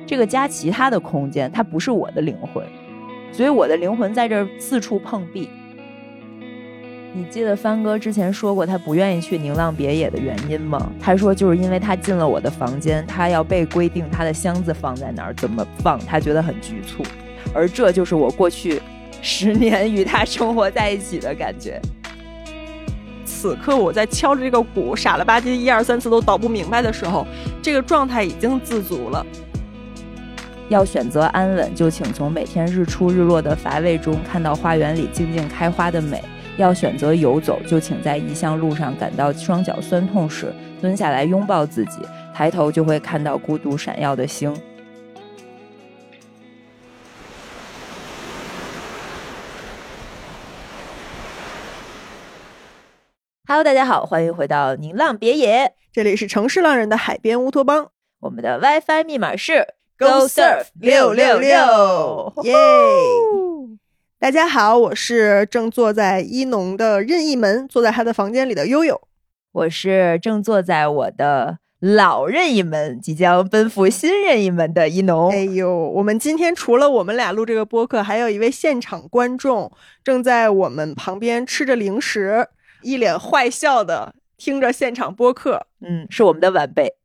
这个家其他的空间它不是我的灵魂，所以我的灵魂在这儿四处碰壁。你记得帆哥之前说过他不愿意去宁浪别野的原因吗？他说就是因为他进了我的房间，他要被规定他的箱子放在哪儿，怎么放，他觉得很局促。而这就是我过去10年与他生活在一起的感觉。 此刻我在敲着这个鼓，傻了吧唧1、2、3次都捣不明白的时候，这个状态已经自足了。 要选择安稳，就请从每天日出日落的乏味中看到花园里静静开花的美。要选择游走，就请在异乡路上感到双脚酸痛时蹲下来拥抱自己，抬头就会看到孤独闪耀的星。Hello， 大家好，欢迎回到宁浪别野， 这里是城市浪人的海边乌托邦。 我们的 WiFi 密码是 Go Surf 666，耶！大家好，我是正坐在一农的任意门，坐在他的房间里的悠悠。 我是正坐在我的老任意门，即将奔赴新任意门的一农。 哎呦，我们今天除了我们俩录这个播客，还有一位现场观众正在我们旁边吃着零食，一脸坏笑的听着现场播客。 是我们的晚辈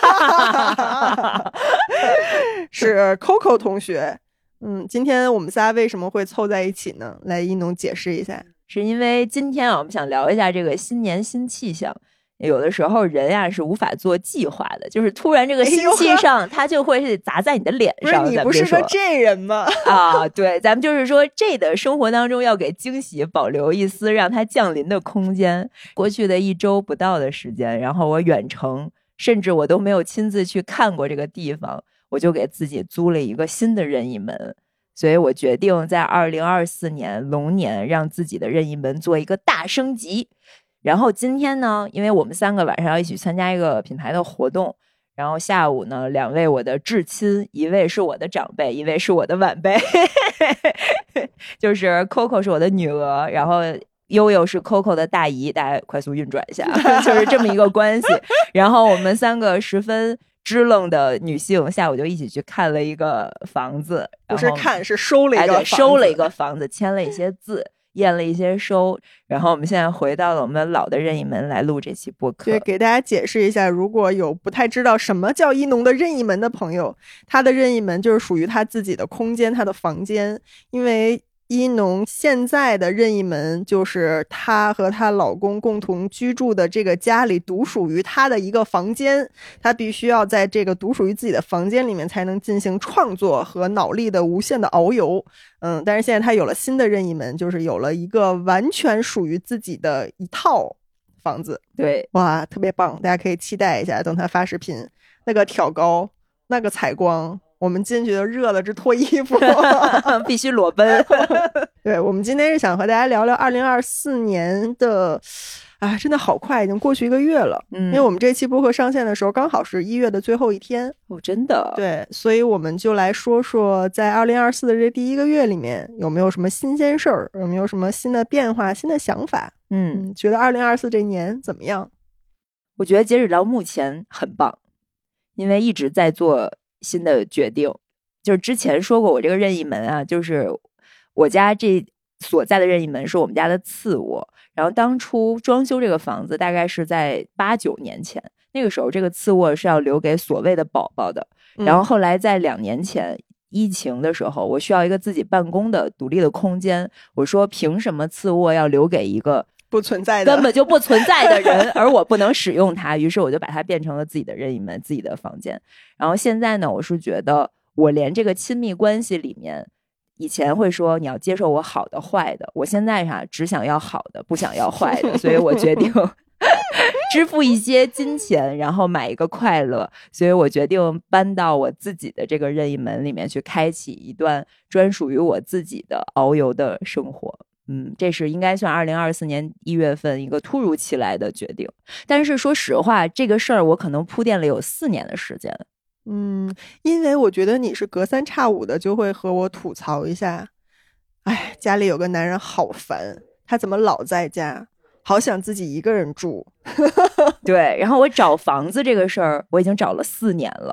是 Coco 同学。今天我们仨为什么会凑在一起呢？来，一农解释一下。 是因为今天我们想聊一下这个新年新气象。有的时候人呀是无法做计划的，就是突然这个新气象它就会砸在你的脸上。 不是你不是个 J 人吗？ 啊，对，咱们就是说 J 的生活当中要给惊喜保留一丝让它降临的空间。过去的1周不到的时间，然后我远程，甚至我都没有亲自去看过这个地方，我就给自己租了一个新的任意门。所以我决定在2024年龙年让自己的任意门做一个大升级。然后今天呢，因为我们3个晚上要一起参加一个品牌的活动，然后下午呢，2位我的至亲，一位是我的长辈，一位是我的晚辈就是 Coco 是我的女儿，然后悠悠是 Coco 的大姨，大家快速运转一下就是这么一个关系。然后我们3个十分支棱的女性下午就一起去看了一个房子， 不是看，是收了一个房子， 收了一个房子，签了一些字，验了一些收。然后我们现在回到了我们老的任意门来录这期播客。 对，给大家解释一下，如果有不太知道什么叫一农的任意门的朋友，他的任意门就是属于他自己的空间，他的房间。因为一农现在的任意门就是她和她老公共同居住的这个家里独属于她的一个房间，她必须要在这个独属于自己的房间里面才能进行创作和脑力的无限的遨游。但是现在她有了新的任意门，就是有了一个完全属于自己的一套房子。 对， 哇，特别棒，大家可以期待一下，等她发视频，那个挑高，那个采光，我们进去就热的直脱衣服必须裸奔对，我们今天是想和大家聊聊2024年的真的好快，已经过去1个月了。因为我们这期播客上线的时候刚好是1月的最后一天。 真的。 对，所以我们就来说说在2024的这第1个月里面有没有什么新鲜事儿，有没有什么新的变化，新的想法。觉得2024这年怎么样？ 我觉得截止到目前很棒，因为一直在做新的决定。就是之前说过我这个任意门啊，就是我家这所在的任意门是我们家的次卧，然后当初装修这个房子大概是在8、9年前，那个时候这个次卧是要留给所谓的宝宝的。然后后来在2年前疫情的时候，我需要一个自己办公的独立的空间，我说凭什么次卧要留给一个不存在的， 根本就不存在的人而我不能使用它，于是我就把它变成了自己的任意门，自己的房间。然后现在呢，我是觉得我连这个亲密关系里面，以前会说你要接受我好的坏的，我现在只想要好的，不想要坏的所以我决定支付一些金钱，然后买一个快乐。所以我决定搬到我自己的这个任意门里面去，开启一段专属于我自己的遨游的生活。这是应该算2024年1月份一个突如其来的决定。但是说实话，这个事儿我可能铺垫了有4年的时间。 因为我觉得你是隔3差5的就会和我吐槽一下，家里有个男人好烦，他怎么老在家，好想自己一个人住。 对，然后我找房子这个事儿我已经找了4年了，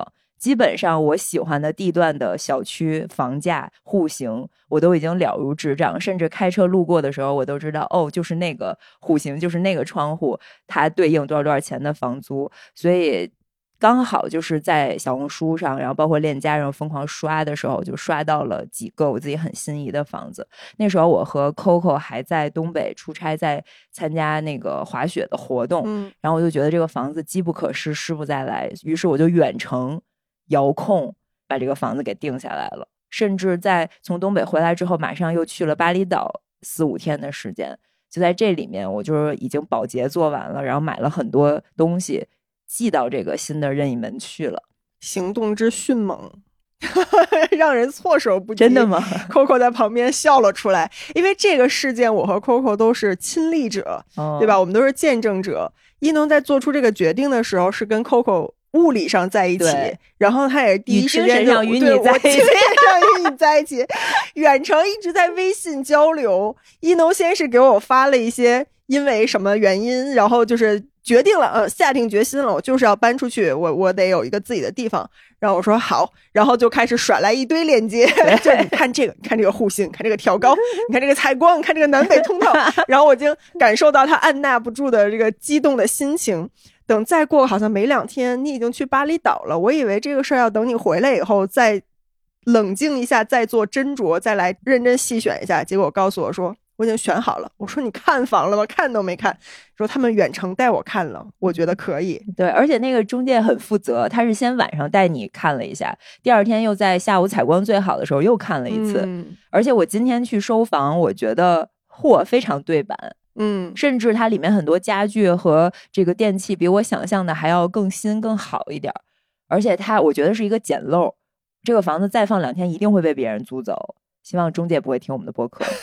基本上我喜欢的地段的小区房价户型我都已经了如指掌，甚至开车路过的时候我都知道，哦，就是那个户型，就是那个窗户，它对应多少钱的房租。所以刚好就是在小红书上，然后包括链家上疯狂刷的时候，就刷到了几个我自己很心仪的房子。那时候我和 Coco 还在东北出差，在参加那个滑雪的活动，然后我就觉得这个房子机不可失，失不再来，于是我就远程遥控把这个房子给定下来了。甚至在从东北回来之后，马上又去了巴厘岛4-5天的时间，就在这里面我就是已经保洁做完了，然后买了很多东西寄到这个新的任意门去了。 行动之迅猛让人措手不及。 真的吗？ Coco 在旁边笑了出来，因为这个事件我和 Coco 都是亲历者，对吧？我们都是见证者。一农在做出这个决定的时候是跟 Coco 物理上在一起，然后他也第一时间就与你在一起， 精神上与你在一起，远程一直在微信交流。一农先是给我发了一些因为什么原因，然后就是决定了，下定决心了，我就是要搬出去，我得有一个自己的地方。然后我说好，然后就开始甩来一堆链接，就你看这个，你看这个户型，你看这个挑高，你看这个采光，你看这个南北通道。然后我已经感受到他按捺不住的这个激动的心情。等再过好像没2天，你已经去巴厘岛了。我以为这个事儿要等你回来以后再冷静一下，再做斟酌，再来认真细选一下。结果告诉我说我已经选好了。我说你看房了吗？看都没看。说他们远程带我看了，我觉得可以。 对，而且那个中介很负责，他是先晚上带你看了一下，第2天又在下午采光最好的时候又看了一次。而且我今天去收房，我觉得非常对版。甚至它里面很多家具和这个电器比我想象的还要更新更好一点，而且我觉得是一个捡漏，这个房子再放2天一定会被别人租走，希望中介不会听我们的播客。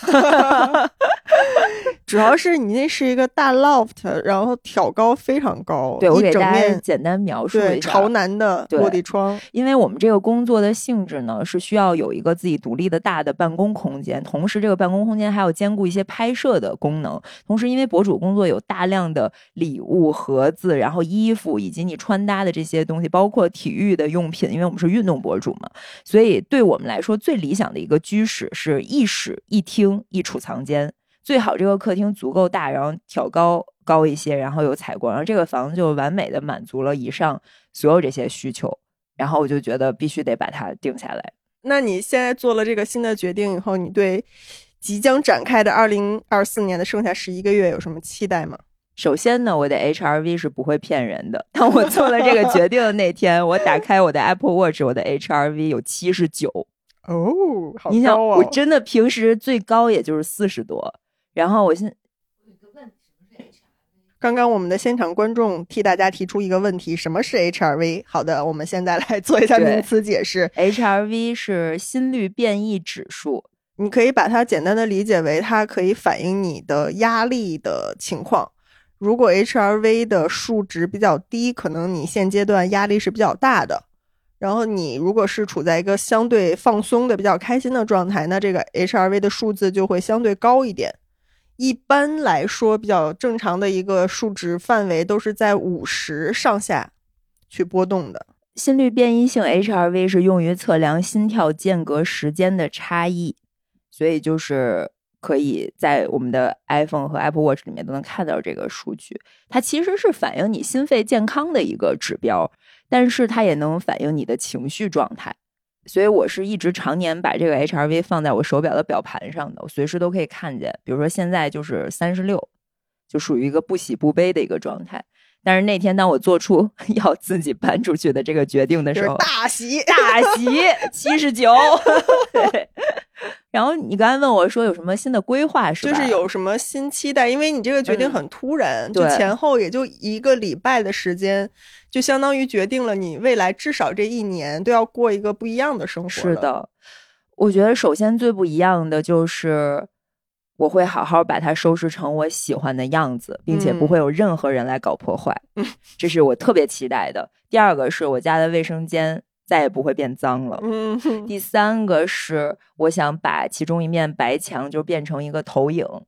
主要是你那是一个大 loft， 然后挑高非常高。 对，我给大家简单描述一下， 朝南的落地窗。 因为我们这个工作的性质呢，是需要有一个自己独立的大的办公空间，同时这个办公空间还要兼顾一些拍摄的功能。同时因为博主工作有大量的礼物盒子，然后衣服以及你穿搭的这些东西，包括体育的用品，因为我们是运动博主嘛，所以对我们来说最理想的一个居室是一室一厅一储藏间。最好这个客厅足够大，然后挑高一些，然后有采光，然后这个房子就完美的满足了以上所有这些需求。然后我就觉得必须得把它定下来。 那你现在做了这个新的决定以后，你对即将展开的2024年的剩下11个月有什么期待吗？ 首先呢，我的 HRV 是不会骗人的。当我做了这个决定的那天，我打开我的 Apple Watch， 我的 HRV 有79。 哦，好高啊！ 你想，我真的平时最高也就是40多。然后我刚刚我们的现场观众替大家提出一个问题，什么是 HRV？ 好的，我们现在来做一下名词解释。 HRV 是心率变异指数， 你可以把它简单的理解为它可以反映你的压力的情况。如果 HRV 的数值比较低，可能你现阶段压力是比较大的。然后你如果是处在一个相对放松的比较开心的状态，那这个 HRV 的数字就会相对高一点。一般来说比较正常的一个数值范围都是在50上下去波动的。 心率变异性 HRV 是用于测量心跳间隔时间的差异，所以就是可以在我们的 iPhone 和 Apple Watch 里面都能看到这个数据。它其实是反映你心肺健康的一个指标，但是它也能反映你的情绪状态。所以我是一直常年把这个 HRV 放在我手表的表盘上的，我随时都可以看见。比如说现在就是36，就属于一个不喜不悲的一个状态。但是那天当我做出要自己搬出去的这个决定的时候， 大喜 79。对。然后你刚才问我说有什么新的规划是吧？ 就是有什么新期待，因为你这个决定很突然，就前后也就1个礼拜的时间，就相当于决定了你未来至少这1年都要过一个不一样的生活。 是的，我觉得首先最不一样的就是我会好好把它收拾成我喜欢的样子，并且不会有任何人来搞破坏。这是我特别期待的。第二个是我家的卫生间再也不会变脏了。第3个是我想把其中一面白墙就变成一个投影，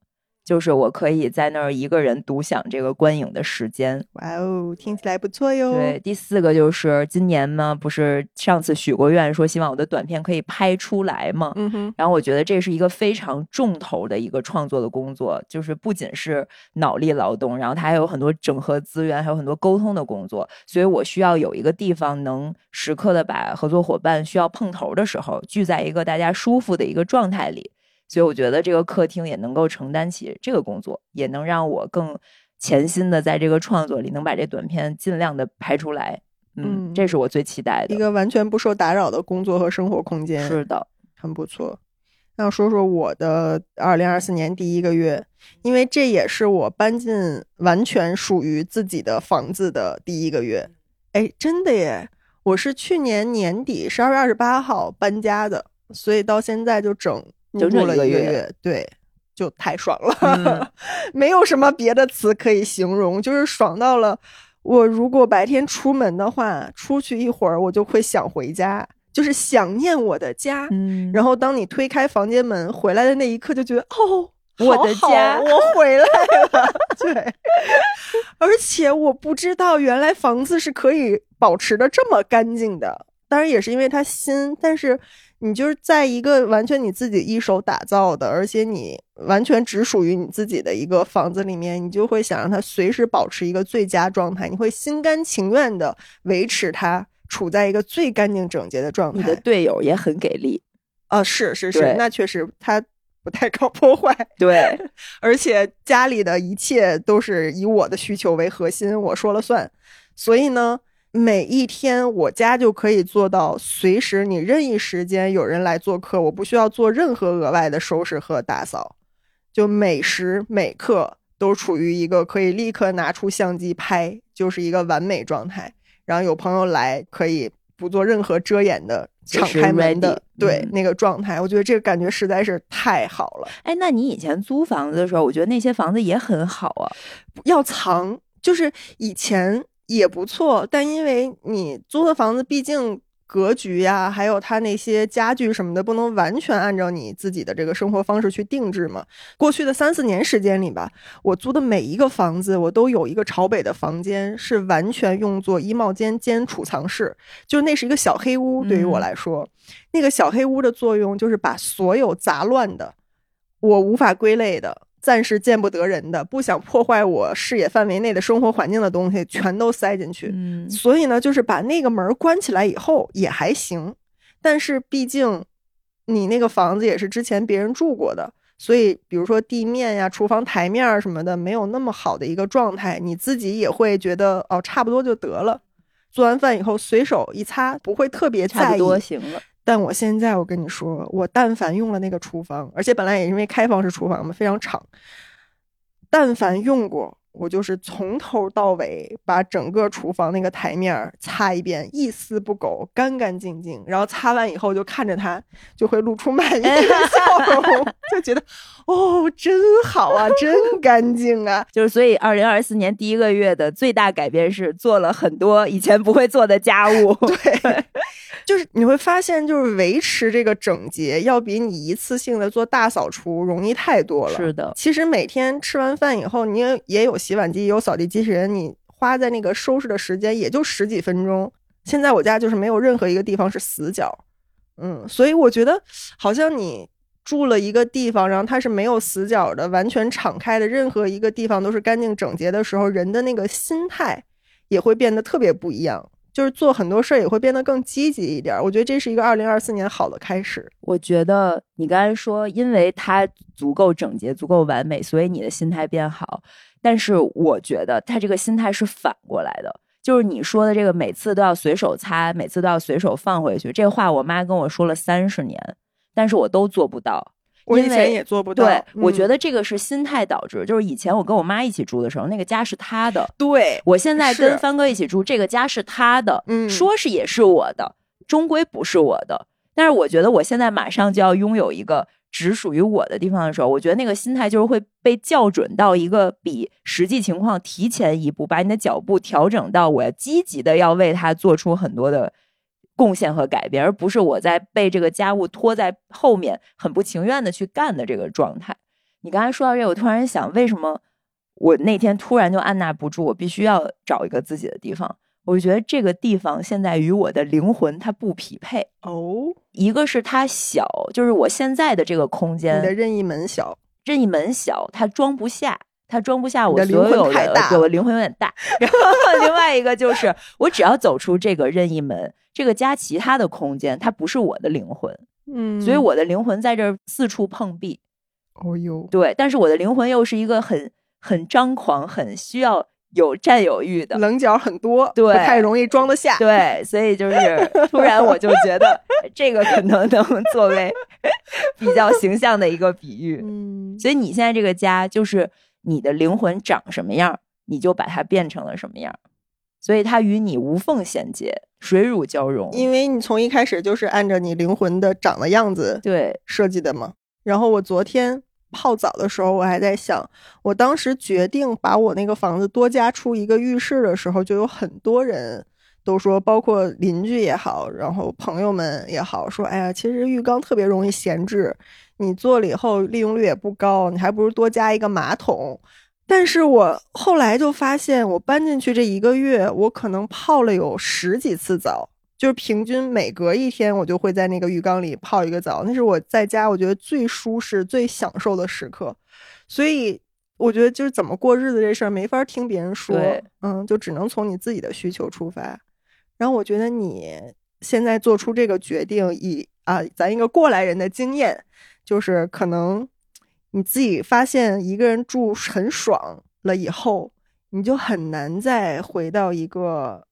就是我可以在那儿一个人独享这个观影的时间。 哇哦，听起来不错哟。 对，第4个就是今年呢，不是上次许过愿说希望我的短片可以拍出来吗？然后我觉得这是一个非常重头的一个创作的工作，就是不仅是脑力劳动，然后它还有很多整合资源，还有很多沟通的工作，所以我需要有一个地方能时刻的把合作伙伴需要碰头的时候聚在一个大家舒服的一个状态里。所以我觉得这个客厅也能够承担起这个工作，也能让我更潜心的在这个创作里能把这短片尽量的拍出来。这是我最期待的一个完全不受打扰的工作和生活空间。 是的， 很不错。那说说我的2024年第1个月，因为这也是我搬进完全属于自己的房子的第1个月。哎，真的耶，我是去年年底12月28号搬家的，所以到现在就整入住了1个月。对，就太爽了。没有什么别的词可以形容，就是爽到了我如果白天出门的话，出去一会儿我就会想回家，就是想念我的家。然后当你推开房间门回来的那一刻，就觉得我的家， 我回来了。对，而且我不知道原来房子是可以保持的这么干净的，当然也是因为它新，但是你就是在一个完全你自己一手打造的，而且你完全只属于你自己的一个房子里面，你就会想让它随时保持一个最佳状态，你会心甘情愿的维持它处在一个最干净整洁的状态。 你的队友也很给力是，那确实他不太搞破坏。 对， 而且家里的一切都是以我的需求为核心，我说了算。所以呢，每一天我家就可以做到随时你任意时间有人来做客，我不需要做任何额外的收拾和打扫，就每时每刻都处于一个可以立刻拿出相机拍，就是一个完美状态。然后有朋友来可以不做任何遮掩的敞开门的，对，那个状态，我觉得这个感觉实在是太好了。 哎，那你以前租房子的时候，我觉得那些房子也很好啊。 要藏，就是以前也不错，但因为你租的房子毕竟格局呀，还有它那些家具什么的，不能完全按照你自己的这个生活方式去定制嘛。过去的3-4年时间里吧，我租的每一个房子，我都有一个朝北的房间，是完全用作衣帽间兼储藏室，就那是一个小黑屋。对于我来说，那个小黑屋的作用就是把所有杂乱的、我无法归类的、暂时见不得人的、不想破坏我视野范围内的生活环境的东西全都塞进去。所以呢，就是把那个门关起来以后也还行，但是毕竟你那个房子也是之前别人住过的，所以比如说地面呀、厨房台面什么的没有那么好的一个状态，你自己也会觉得差不多就得了，做完饭以后随手一擦，不会特别在意， 差不多行了。 但我现在我跟你说，我但凡用了那个厨房，而且本来也因为开放式厨房嘛，非常敞，但凡用过，我就是从头到尾把整个厨房那个台面擦一遍，一丝不苟，干干净净。然后擦完以后就看着它，就会露出满意的笑容，就觉得真好啊，真干净啊。 就是所以2024年第1个月的最大改变是做了很多以前不会做的家务。 对，就是你会发现，就是维持这个整洁要比你一次性的做大扫除容易太多了。 是的， 其实每天吃完饭以后，你也有洗碗机，也有扫地机器人，你花在那个收拾的时间也就10几分钟。现在我家就是没有任何一个地方是死角，所以我觉得好像你住了一个地方，然后它是没有死角的，完全敞开的，任何一个地方都是干净整洁的时候，人的那个心态也会变得特别不一样，就是做很多事儿也会变得更积极一点。我觉得这是一个2024年好的开始。 我觉得你刚才说因为它足够整洁足够完美，所以你的心态变好，但是我觉得它这个心态是反过来的，就是你说的这个每次都要随手擦，每次都要随手放回去，这话我妈跟我说了30年，但是我都做不到。 我以前也做不到。 对，我觉得这个是心态导致，就是以前我跟我妈一起住的时候，那个家是她的。 对， 我现在跟帆哥一起住，这个家是她的，说是也是我的，终归不是我的。但是我觉得我现在马上就要拥有一个只属于我的地方的时候，我觉得那个心态就是会被校准到一个比实际情况提前一步，把你的脚步调整到我要积极的要为它做出很多的贡献和改变，而不是我在被这个家务拖在后面很不情愿的去干的这个状态。 你刚才说到这个，我突然想，为什么我那天突然就按捺不住，我必须要找一个自己的地方？我觉得这个地方现在与我的灵魂它不匹配哦。 一个是它小，就是我现在的这个空间， 你的任意门小， 任意门小，它装不下我所有的灵魂太大， 对，我灵魂有点大。然后另外一个就是我只要走出这个任意门，这个家其他的空间它不是我的灵魂，所以我的灵魂在这儿四处碰壁。 哦哟， 对，但是我的灵魂又是一个很张狂，很需要有占有欲的， 棱角很多， 对， 不太容易装得下。 对，所以就是突然我就觉得这个可能作为比较形象的一个比喻。所以你现在这个家就是你的灵魂长什么样，你就把它变成了什么样，所以它与你无缝衔接，水乳交融。 因为你从一开始就是按照你灵魂的长的样子对设计的嘛。然后我昨天泡澡的时候，我还在想，我当时决定把我那个房子多加出一个浴室的时候，就有很多人都说，包括邻居也好，然后朋友们也好，说哎呀，其实浴缸特别容易闲置，你做了以后利用率也不高，你还不如多加一个马桶。但是我后来就发现，我搬进去这1个月，我可能泡了有10几次澡，就是平均每隔1天我就会在那个浴缸里泡一个澡，那是我在家我觉得最舒适最享受的时刻。所以我觉得就是怎么过日子这事儿没法听别人说，就只能从你自己的需求出发。然后我觉得你现在做出这个决定，以咱一个过来人的经验，就是可能你自己发现一个人住很爽了以后，你就很难再回到一个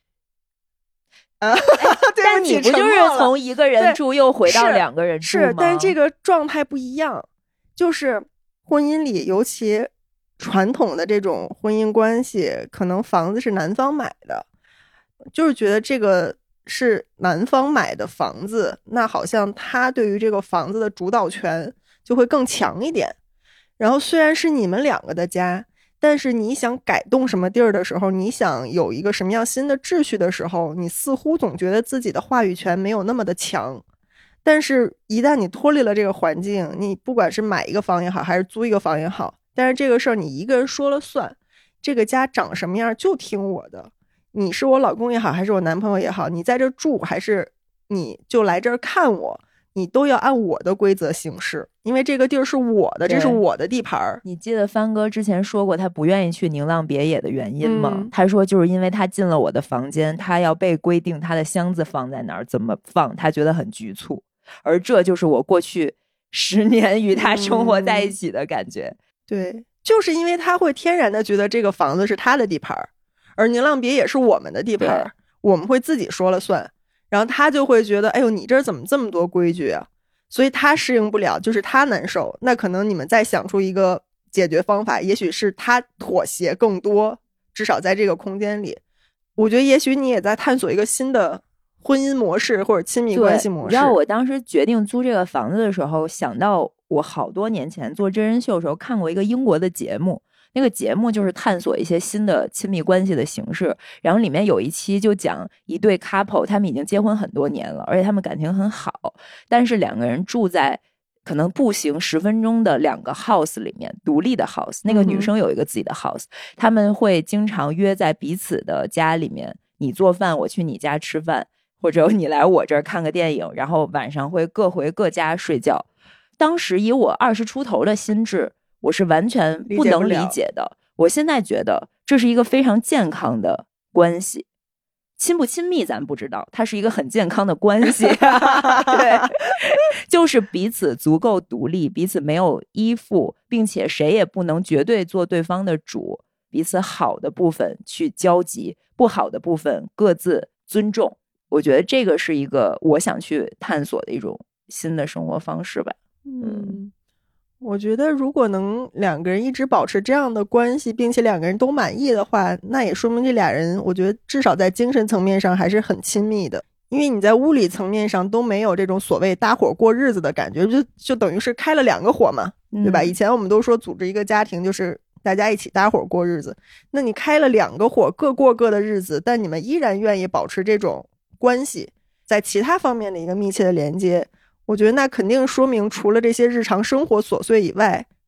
但你不就是从一个人住又回到2个人住吗？ 是，但是这个状态不一样。就是婚姻里，尤其传统的这种婚姻关系，可能房子是男方买的，就是觉得这个是男方买的房子，那好像他对于这个房子的主导权就会更强一点。然后虽然是你们2个的家，但是你想改动什么地儿的时候，你想有一个什么样新的秩序的时候，你似乎总觉得自己的话语权没有那么的强。但是一旦你脱离了这个环境，你不管是买一个房也好，还是租一个房也好，但是这个事儿你一个人说了算，这个家长什么样就听我的，你是我老公也好，还是我男朋友也好，你在这住还是你就来这儿看我，你都要按我的规则行事，因为这个地儿是我的，这是我的地盘。 你记得帆哥之前说过他不愿意去宁浪别野的原因吗？他说就是因为他进了我的房间，他要被规定他的箱子放在哪儿，怎么放，他觉得很局促。而这就是我过去10年与他生活在一起的感觉。 对，就是因为他会天然的觉得这个房子是他的地盘，而宁浪别野是我们的地盘，我们会自己说了算。然后他就会觉得，哎呦，你这儿怎么这么多规矩啊？所以他适应不了，就是他难受。那可能你们再想出一个解决方法，也许是他妥协更多，至少在这个空间里。我觉得也许你也在探索一个新的婚姻模式或者亲密关系模式。 你知道我当时决定租这个房子的时候，想到我好多年前做真人秀的时候看过一个英国的节目，那个节目就是探索一些新的亲密关系的形式，然后里面有一期就讲一对 couple， 他们已经结婚很多年了，而且他们感情很好，但是2个人住在可能步行10分钟的2个 house 里面，独立的 house， 那个女生有一个自己的 house，他们会经常约在彼此的家里面，你做饭我去你家吃饭，或者你来我这儿看个电影，然后晚上会各回各家睡觉。当时以我20出头的心智，我是完全不能理解的。我现在觉得这是一个非常健康的关系，亲不亲密咱不知道，它是一个很健康的关系对，就是彼此足够独立，彼此没有依附，并且谁也不能绝对做对方的主，彼此好的部分去交集，不好的部分各自尊重。我觉得这个是一个我想去探索的一种新的生活方式吧。 我觉得如果能2个人一直保持这样的关系，并且2个人都满意的话，那也说明这俩人我觉得至少在精神层面上还是很亲密的。因为你在物理层面上都没有这种所谓搭伙过日子的感觉，就等于是开了2个火嘛，对吧？以前我们都说组织一个家庭就是大家一起搭伙过日子，那你开了2个火，各过各的日子，但你们依然愿意保持这种关系，在其他方面的一个密切的连接，我觉得那肯定说明除了这些日常生活琐碎以外，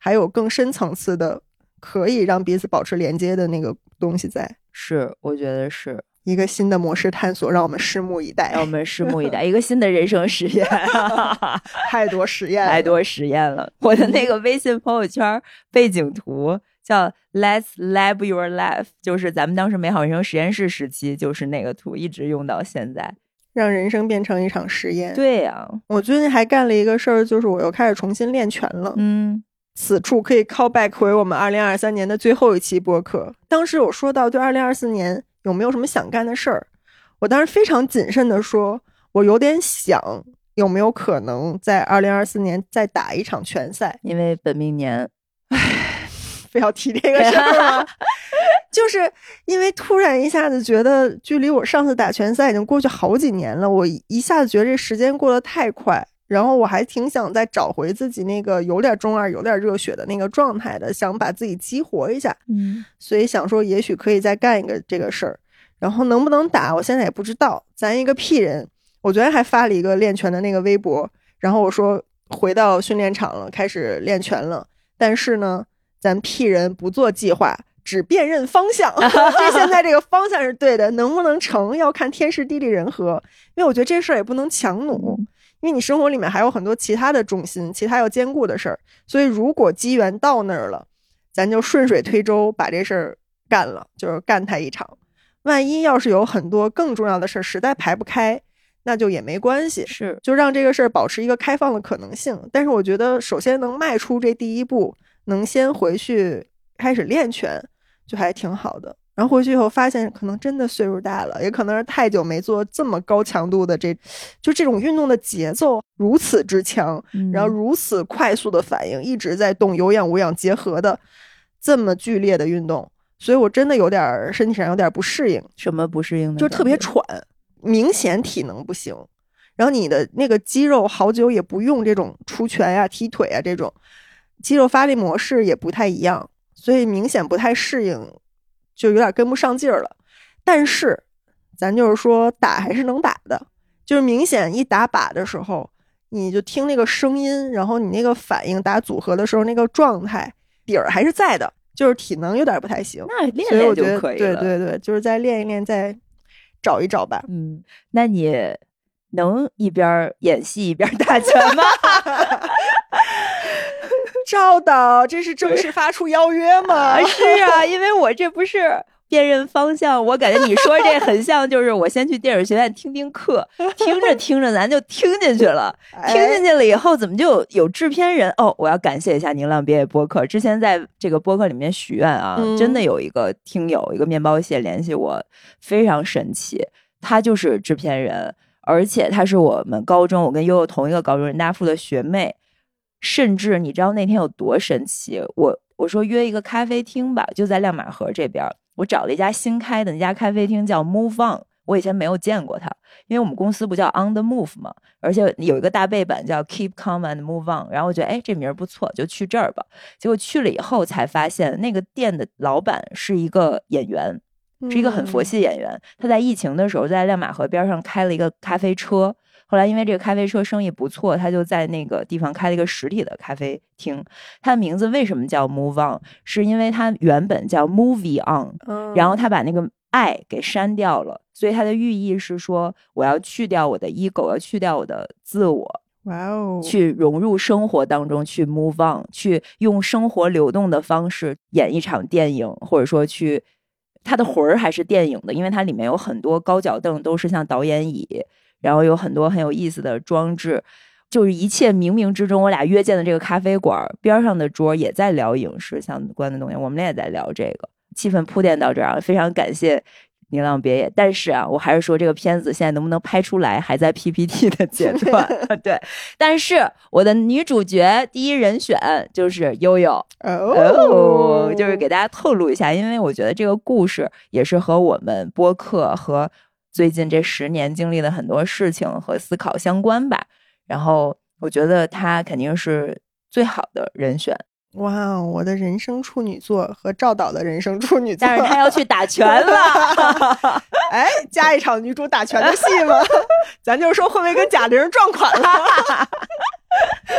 还有更深层次的可以让彼此保持连接的那个东西在。 是，我觉得是一个新的模式探索，让我们拭目以待。 让我们拭目以待，一个新的人生实验。 太多实验了， 太多实验了。我的那个微信朋友圈背景图叫 Let's Lab Your Life， 就是咱们当时美好人生实验室时期，就是那个图一直用到现在。 让人生变成一场实验。 对呀， 我最近还干了一个事儿，就是我又开始重新练拳了。此处可以 call back 回我们2023年的最后一期播客。当时有说到对2024年有没有什么想干的事儿，我当时非常谨慎的说，我有点想有没有可能在2024年再打一场拳赛， 因为本命年。 非要提这个事儿吗？就是因为突然一下子觉得距离我上次打拳赛已经过去好几年了，我一下子觉得这时间过得太快，然后我还挺想再找回自己那个有点中二有点热血的那个状态的，想把自己激活一下。所以想说也许可以再干一个这个事儿，然后能不能打我现在也不知道，咱一个屁人。我昨天还发了一个练拳的那个微博，然后我说回到训练场了，开始练拳了，但是呢咱屁人不做计划，只辨认方向。这现在这个方向是对的，能不能成要看天时地利人和。因为我觉得这事儿也不能强弩，因为你生活里面还有很多其他的重心，其他要兼顾的事儿。所以如果机缘到那儿了，咱就顺水推舟把这事儿干了，就是干它一场。万一要是有很多更重要的事儿实在排不开，那就也没关系， 是就让这个事儿保持一个开放的可能性。但是我觉得首先能迈出这第一步，能先回去开始练拳就还挺好的。然后回去以后发现可能真的岁数大了，也可能是太久没做这么高强度的这种运动的节奏如此之强，然后如此快速的反应，一直在动，有氧无氧结合的这么剧烈的运动，所以我真的有点身体上有点不适应。 什么不适应呢？ 就特别喘，明显体能不行，然后你的那个肌肉好久也不用这种出拳啊踢腿啊，这种肌肉发力模式也不太一样，所以明显不太适应，就有点跟不上劲儿了。但是咱就是说打还是能打的，就是明显一打靶的时候你就听那个声音，然后你那个反应打组合的时候那个状态底儿还是在的，就是体能有点不太行。 那练练就可以了。 对对对，就是再练一练，再找一找吧。 那你能一边演戏一边打拳吗？ 赵导，这是正式发出邀约吗？ 是啊，因为我这不是辨认方向，我感觉你说这很像，就是我先去电影学院听听课，听着听着咱就听进去了，听进去了以后怎么就有制片人？哦，我要感谢一下宁浪别野播客，之前在这个播客里面许愿啊，真的有一个听友，一个面包蟹联系我，非常神奇，他就是制片人，而且他是我们高中，我跟悠悠同一个高中人大附的学妹。甚至你知道那天有多神奇，我说约一个咖啡厅吧，就在亮马河这边，我找了一家新开的那家咖啡厅叫 Move On， 我以前没有见过它，因为我们公司不叫 On the Move 嘛，而且有一个大背板叫 Keep Calm and Move On， 然后我觉得这名不错，就去这儿吧。结果去了以后才发现那个店的老板是一个演员，是一个很佛系演员，他在疫情的时候在亮马河边上开了一个咖啡车，后来因为这个咖啡车生意不错，他就在那个地方开了一个实体的咖啡厅。他的名字为什么叫 Move On， 是因为他原本叫 Movie On， 然后他把那个爱给删掉了，所以他的寓意是说我要去掉我的 ego， 要去掉我的自我，去融入生活当中，去 move on， 去用生活流动的方式演一场电影，或者说去他的魂儿还是电影的，因为它里面有很多高脚凳都是像导演椅，然后有很多很有意思的装置，就是一切冥冥之中我俩约见的这个咖啡馆边上的桌也在聊影视相关的东西，我们俩也在聊这个，气氛铺垫到这儿，非常感谢宁浪别野。但是啊，我还是说这个片子现在能不能拍出来还在 PPT 的阶段对，但是我的女主角第一人选就是悠悠就是给大家透露一下，因为我觉得这个故事也是和我们播客和最近这10年经历的很多事情和思考相关吧，然后我觉得她肯定是最好的人选。 哇，我的人生处女座和赵导的人生处女座， 但是他要去打拳了哎，加一场女主打拳的戏吗？咱就是说会不会跟贾玲撞款了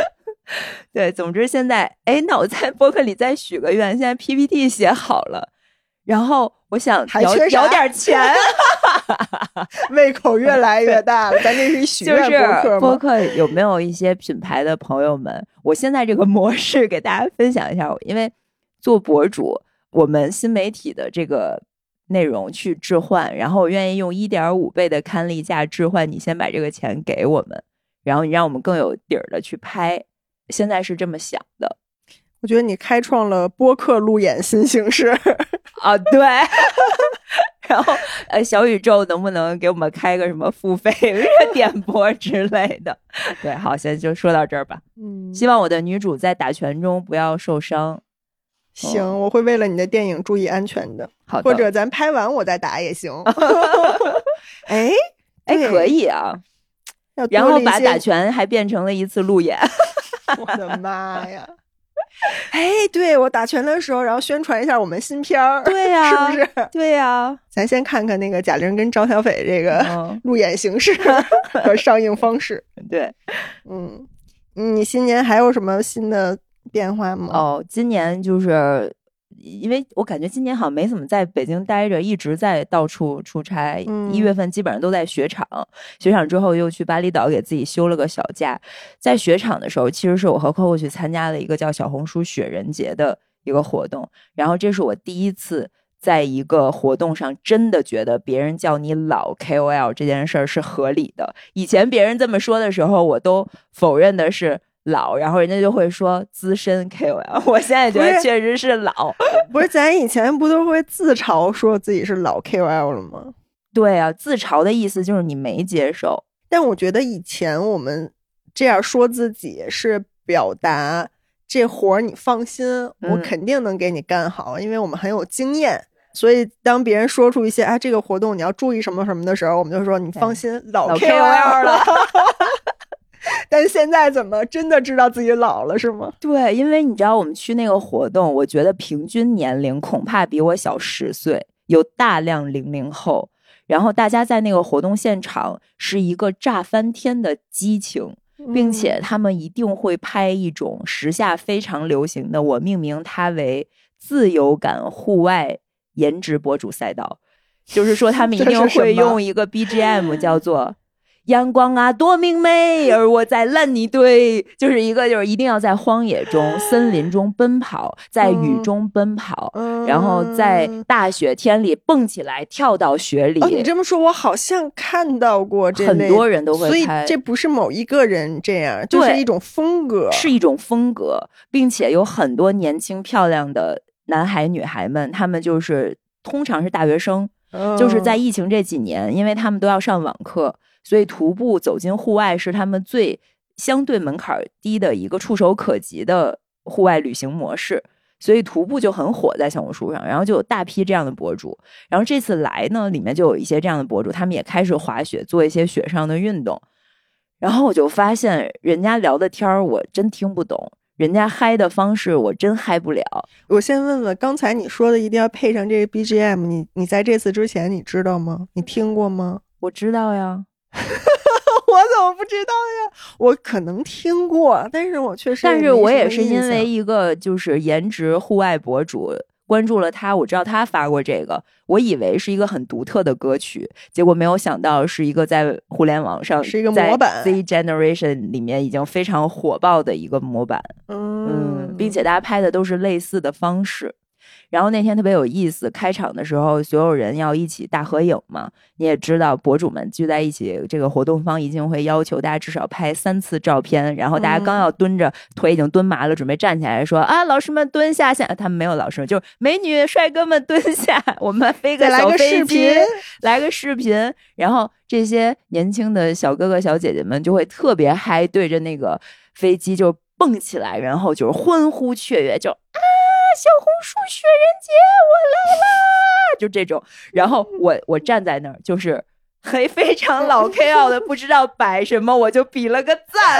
对，总之现在，那我在播客里再许个愿，现在 PPT 写好了，然后我想聊点钱， 胃口越来越大了。咱这是许愿播客吗？ 就是播客有没有一些品牌的朋友们？我现在这个模式给大家分享一下，因为做博主，我们新媒体的这个内容去置换，然后我愿意用 1.5 倍的刊例价置换你先把这个钱给我们，然后你让我们更有底儿的去拍。现在是这么想的。 我觉得你开创了播客路演新形式啊，对。然后小宇宙能不能给我们开个什么付费点播之类的？对，好，现在就说到这儿吧。希望我的女主在打拳中不要受伤。 行，我会为了你的电影注意安全的。 好的， 或者咱拍完我再打也行。哎， 可以啊。然后把打拳还变成了一次路演。 我的妈呀！对，我打拳的时候，然后宣传一下我们新片儿， 对呀， 是不是？ 对呀， 咱先看看那个贾玲跟张小斐这个路演形式和上映方式。 对， 你新年还有什么新的变化吗？ 今年就是因为我感觉今年好像没怎么在北京待着，一直在到处出差。1月份基本上都在雪场，雪场之后又去巴厘岛给自己休了个小假。在雪场的时候，其实是我和 Coco 去参加了一个叫小红书雪人节的一个活动，然后这是我第一次在一个活动上真的觉得别人叫你老 KOL 这件事儿是合理的。以前别人这么说的时候，我都否认的是老，然后人家就会说资深 KOL， 我现在觉得确实是老。 不是咱以前不都会自嘲说自己是老 KOL 了吗？ 对啊，自嘲的意思就是你没接受。 但我觉得以前我们这样说自己是表达这活儿你放心，我肯定能给你干好，因为我们很有经验。所以当别人说出一些这个活动你要注意什么什么的时候，我们就说你放心，老 KOL 了。但现在怎么真的知道自己老了是吗？ 对，因为你知道我们去那个活动，我觉得平均年龄恐怕比我小10岁，有大量00后，然后大家在那个活动现场是一个炸翻天的激情，并且他们一定会拍一种时下非常流行的，我命名它为自由感户外颜值博主赛道，就是说他们一定会用一个 BGM 叫做阳光啊多明媚，而我在烂泥堆，就是一个就是一定要在荒野中森林中奔跑，在雨中奔跑，然后在大雪天里蹦起来跳到雪里。 你这么说我好像看到过这类， 很多人都会拍， 所以这不是某一个人这样，就是一种风格， 是一种风格，并且有很多年轻漂亮的男孩女孩们，他们就是通常是大学生，就是在疫情这几年，因为他们都要上网课，所以徒步走进户外是他们最相对门槛低的一个触手可及的户外旅行模式，所以徒步就很火在小红书上，然后就有大批这样的博主。然后这次来呢，里面就有一些这样的博主，他们也开始滑雪，做一些雪上的运动。然后我就发现人家聊的天儿我真听不懂，人家嗨的方式我真嗨不了。 我先问问，刚才你说的一定要配上这个 BGM， 你在这次之前你知道吗？你听过吗？ 我知道呀。 我怎么不知道呀？我可能听过，但是我确实但是我也是因为一个就是颜值户外博主关注了他，我知道他发过这个，我以为是一个很独特的歌曲，结果没有想到是一个在互联网上是一个模板， 在 Z Generation 里面已经非常火爆的一个模板。并且大家拍的都是类似的方式。然后那天特别有意思，开场的时候所有人要一起大合影嘛，你也知道博主们聚在一起，这个活动方一定会要求大家至少拍3次照片，然后大家刚要蹲着，腿已经蹲麻了，准备站起来说老师们蹲下，他们没有老师们，就是美女帅哥们蹲下，我们飞个小飞机，来个视频，然后这些年轻的小哥哥小姐姐们就会特别嗨，对着那个飞机就蹦起来，然后就是欢呼雀跃，就小红书雪人节我来啦，就这种。然后我站在那儿就是非常老 KOL 的，不知道摆什么，我就比了个赞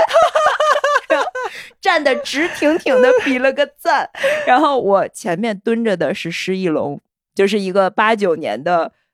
站得直挺挺的比了个赞。然后我前面蹲着的是施一龙，就是一个89年的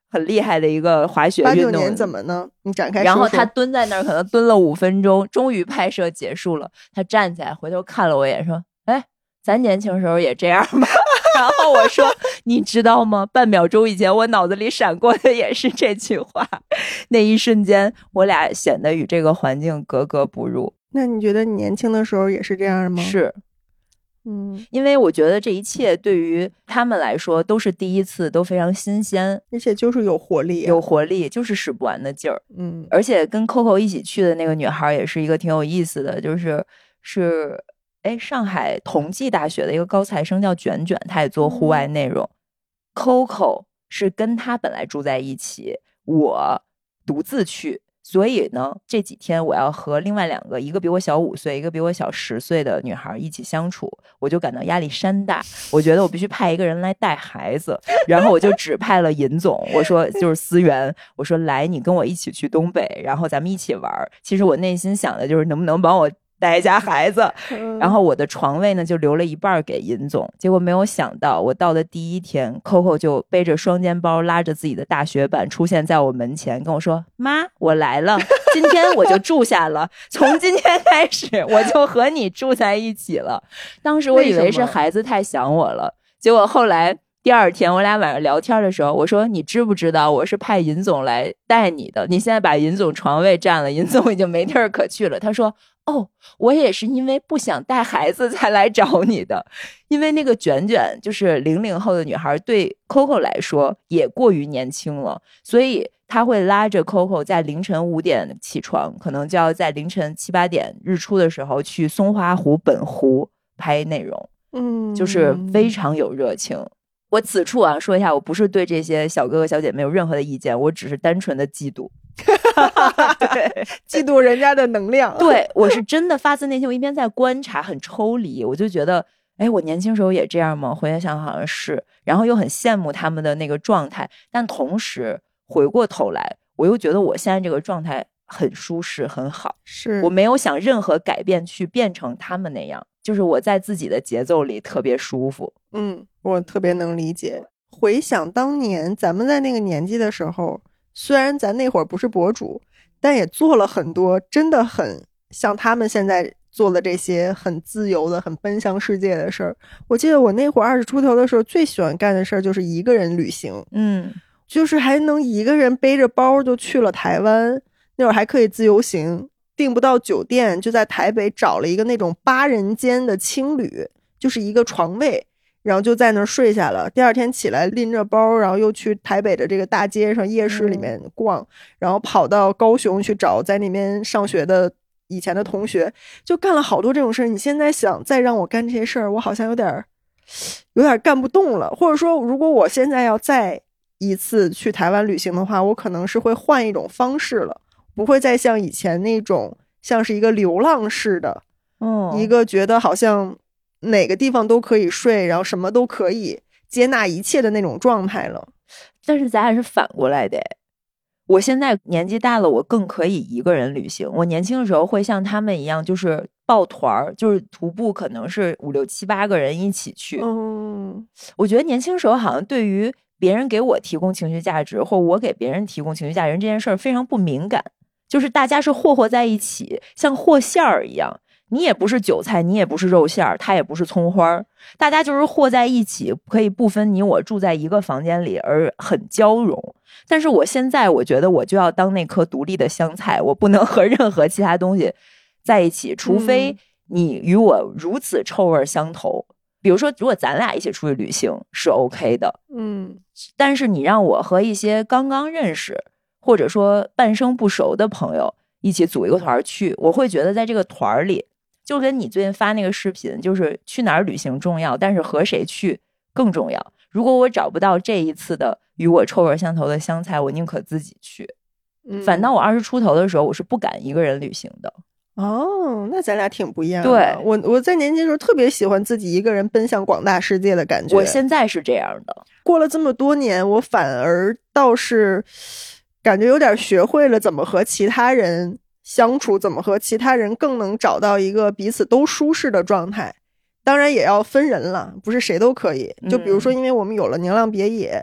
很厉害的一个滑雪运动。 89年怎么呢？你展开说说。 然后他蹲在那儿，可能蹲了5分钟，终于拍摄结束了。他站起来回头看了我一眼，说：“哎，咱年轻时候也这样吗？”然后我说：“你知道吗？半秒钟以前我脑子里闪过的也是这句话。”那一瞬间，我俩显得与这个环境格格不入。 那你觉得你年轻的时候也是这样吗？ 是。因为我觉得这一切对于他们来说都是第一次，都非常新鲜， 而且就是有活力有活力，就是使不完的劲儿。而且跟 Coco 一起去的那个女孩也是一个挺有意思的，是上海同济大学的一个高材生叫卷卷，她也做户外内容。Coco 是跟她本来住在一起，我独自去。所以呢，这几天我要和另外2个，一个比我小5岁，一个比我小10岁的女孩一起相处，我就感到压力山大。我觉得我必须派一个人来带孩子，然后我就指派了尹总，我说就是思源，我说来，你跟我一起去东北，然后咱们一起玩。其实我内心想的就是能不能帮我带一家孩子，然后我的床位呢就留了一半给尹总。结果没有想到，我到的第一天 Coco 就背着双肩包，拉着自己的大雪板出现在我门前，跟我说：“妈，我来了，今天我就住下了，从今天开始我就和你住在一起了。”当时我以为是孩子太想我了，结果后来第2天我俩晚上聊天的时候，我说：“你知不知道我是派尹总来带你的？你现在把尹总床位占了，尹总已经没地儿可去了。”他说：“哦，我也是因为不想带孩子才来找你的。”因为那个卷卷就是00后的女孩，对 Coco 来说也过于年轻了，所以他会拉着 Coco 在凌晨5点起床，可能就要在凌晨7、8点日出的时候去松花湖本湖拍内容。就是非常有热情。我此处说一下，我不是对这些小哥哥小姐妹有任何的意见，我只是单纯的嫉妒。 对，嫉妒人家的能量。 对，我是真的发自内心，我一边在观察，很抽离，我就觉得我年轻时候也这样吗？回想好像是，然后又很羡慕他们的那个状态，但同时回过头来我又觉得我现在这个状态很舒适很好， 是我没有想任何改变去变成他们那样，就是我在自己的节奏里特别舒服。 我特别能理解。回想当年咱们在那个年纪的时候，虽然咱那会儿不是博主，但也做了很多真的很像他们现在做的这些很自由的很奔向世界的事儿。我记得我那会儿20出头的时候最喜欢干的事儿就是一个人旅行。就是还能一个人背着包就去了台湾，那会儿还可以自由行，订不到酒店就在台北找了一个那种8人间的青旅，就是一个床位，然后就在那儿睡下了。第2天起来拎着包，然后又去台北的这个大街上夜市里面逛，然后跑到高雄去找在那边上学的以前的同学，就干了好多这种事儿。你现在想再让我干这些事儿，我好像有点干不动了。或者说如果我现在要再一次去台湾旅行的话，我可能是会换一种方式了，不会再像以前那种像是一个流浪式的一个觉得好像哪个地方都可以睡，然后什么都可以接纳一切的那种状态了。 但是咱俩是反过来的，我现在年纪大了，我更可以一个人旅行。我年轻的时候会像他们一样，就是抱团，就是徒步，可能是5、6、7、8个人一起去。我觉得年轻时候好像对于别人给我提供情绪价值，或我给别人提供情绪价值这件事儿非常不敏感，就是大家是和在一起，像和馅儿一样。你也不是韭菜，你也不是肉馅儿，他也不是葱花，大家就是和在一起，可以不分你我，住在一个房间里而很交融。但是我现在我觉得我就要当那颗独立的香菜，我不能和任何其他东西在一起，除非你与我如此臭味相投。比如说如果咱俩一起出去旅行是 OK 的，但是你让我和一些刚刚认识或者说半生不熟的朋友一起组一个团去，我会觉得在这个团里，就跟你最近发那个视频，就是去哪儿旅行重要，但是和谁去更重要。如果我找不到这一次的与我臭味相投的香菜，我宁可自己去。反倒我20出头的时候，我是不敢一个人旅行的。 那咱俩挺不一样的。 对， 我在年轻时候特别喜欢自己一个人奔向广大世界的感觉。 我现在是这样的， 过了这么多年，我反而倒是感觉有点学会了怎么和其他人相处，怎么和其他人更能找到一个彼此都舒适的状态。当然也要分人了，不是谁都可以。就比如说因为我们有了宁浪别野，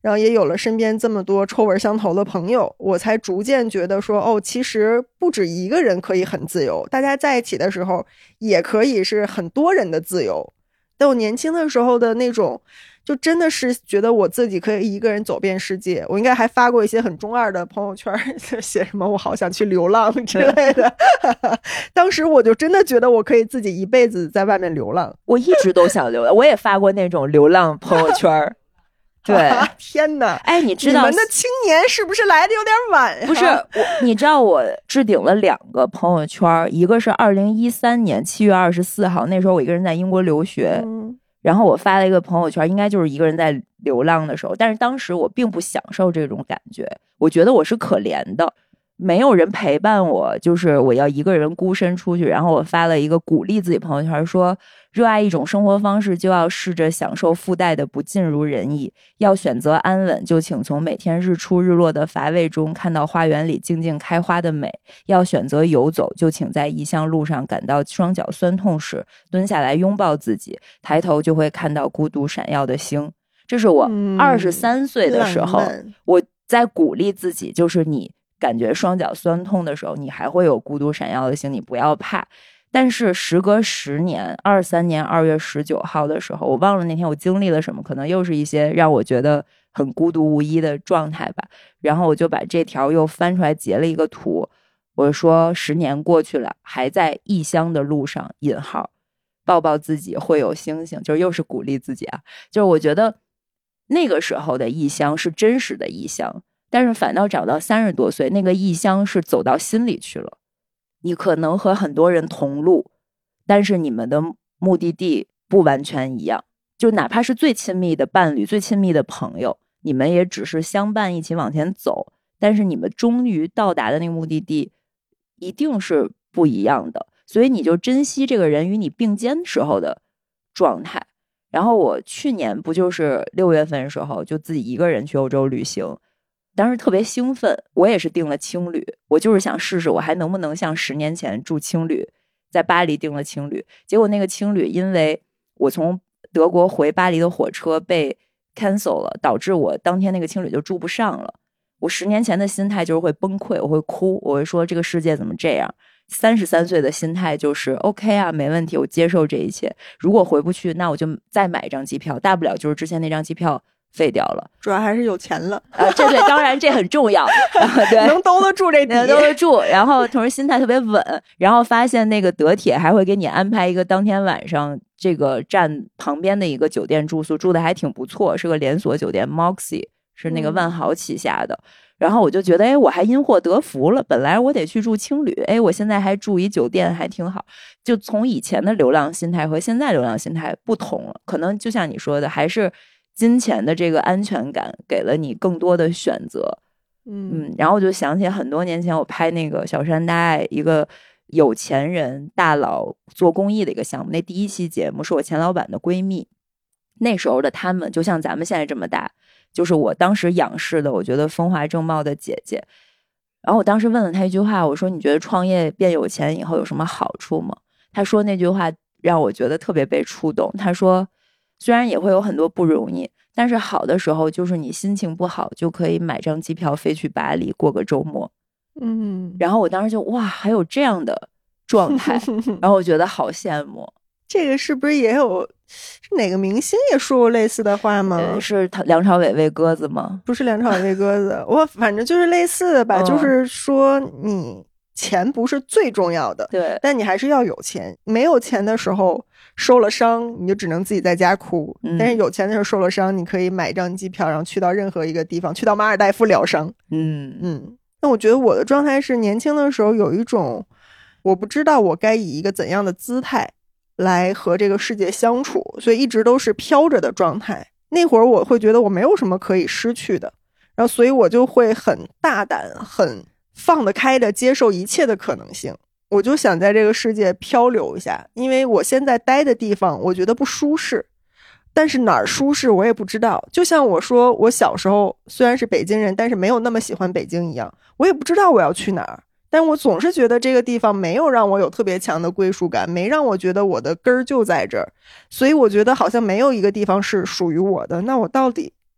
然后也有了身边这么多臭味相投的朋友，我才逐渐觉得说，哦，其实不止一个人可以很自由，大家在一起的时候也可以是很多人的自由。但我年轻的时候的那种，就真的是觉得我自己可以一个人走遍世界。我应该还发过一些很中二的朋友圈，写什么我好想去流浪之类的。当时我就真的觉得我可以自己一辈子在外面流浪。 我一直都想流浪，我也发过那种流浪朋友圈。对， 天哪！ 哎，你知道你们的青年是不是来的有点晚呀？ 不是你知道我置顶了2个朋友圈，一个是2013年7月24号，那时候我一个人在英国留学，然后我发了一个朋友圈，应该就是一个人在流浪的时候，但是当时我并不享受这种感觉，我觉得我是可怜的，没有人陪伴我，就是我要一个人孤身出去。然后我发了一个鼓励自己朋友圈，说热爱一种生活方式，就要试着享受附带的不尽如人意，要选择安稳，就请从每天日出日落的乏味中看到花园里静静开花的美，要选择游走，就请在异乡路上感到双脚酸痛时蹲下来拥抱自己，抬头就会看到孤独闪耀的星。这是我23岁的时候，我在鼓励自己，就是你感觉双脚酸痛的时候，你还会有孤独闪耀的星，你不要怕。但是时隔10年，23年2月19号的时候，我忘了那天我经历了什么，可能又是一些让我觉得很孤独无依的状态吧。然后我就把这条又翻出来截了一个图，我说10年过去了，还在异乡的路上，引号，抱抱自己会有星星，就是又是鼓励自己啊。就是我觉得那个时候的异乡是真实的异乡，但是反倒长到30多岁，那个异乡是走到心里去了。你可能和很多人同路，但是你们的目的地不完全一样，就哪怕是最亲密的伴侣，最亲密的朋友，你们也只是相伴一起往前走，但是你们终于到达的那个目的地一定是不一样的，所以你就珍惜这个人与你并肩时候的状态。然后我去年不就是6月份的时候就自己一个人去欧洲旅行，当时特别兴奋，我也是订了青旅，我就是想试试我还能不能像10年前住青旅，在巴黎订了青旅。结果那个青旅因为我从德国回巴黎的火车被 cancel 了，导致我当天那个青旅就住不上了。我10年前的心态就是会崩溃，我会哭，我会说这个世界怎么这样。33岁的心态就是 OK 啊，没问题，我接受这一切。如果回不去，那我就再买一张机票，大不了就是之前那张机票废掉了， 主要还是有钱了这对，当然这很重要对， 能兜得住这底， 能兜得住，然后同时心态特别稳，然后发现那个德铁还会给你安排一个当天晚上这个站旁边的一个酒店住宿，住的还挺不错，是个连锁酒店 Moxie， 是那个万豪旗下的。然后我就觉得我还因祸得福了，本来我得去住青旅，我现在还住一酒店还挺好。就从以前的流浪心态和现在流浪心态不同了，可能就像你说的，还是金钱的这个安全感给了你更多的选择。然后我就想起很多年前我拍那个小山大爱，一个有钱人大佬做公益的一个项目，那第1期节目是我前老板的闺蜜，那时候的他们就像咱们现在这么大，就是我当时仰视的我觉得风华正茂的姐姐。然后我当时问了她一句话，我说你觉得创业变有钱以后有什么好处吗？她说那句话让我觉得特别被触动，她说虽然也会有很多不容易，但是好的时候就是你心情不好就可以买张机票飞去巴黎过个周末。然后我当时就哇还有这样的状态然后我觉得好羡慕。 这个是不是也有是哪个明星也说过类似的话吗？ 是梁朝伟喂鸽子吗？ 不是梁朝伟喂鸽子我反正就是类似的吧，就是说你钱不是最重要的， 对， 但你还是要有钱。没有钱的时候受了伤你就只能自己在家哭，但是有钱的时候受了伤你可以买一张机票，然后去到任何一个地方，去到马尔代夫疗伤。那我觉得我的状态是年轻的时候有一种我不知道我该以一个怎样的姿态来和这个世界相处，所以一直都是飘着的状态。那会儿我会觉得我没有什么可以失去的，然后所以我就会很大胆很放得开的接受一切的可能性。我就想在这个世界漂流一下，因为我现在待的地方我觉得不舒适，但是哪儿舒适我也不知道。就像我说我小时候虽然是北京人，但是没有那么喜欢北京一样，我也不知道我要去哪儿，但我总是觉得这个地方没有让我有特别强的归属感，没让我觉得我的根儿就在这儿，所以我觉得好像没有一个地方是属于我的。那我到底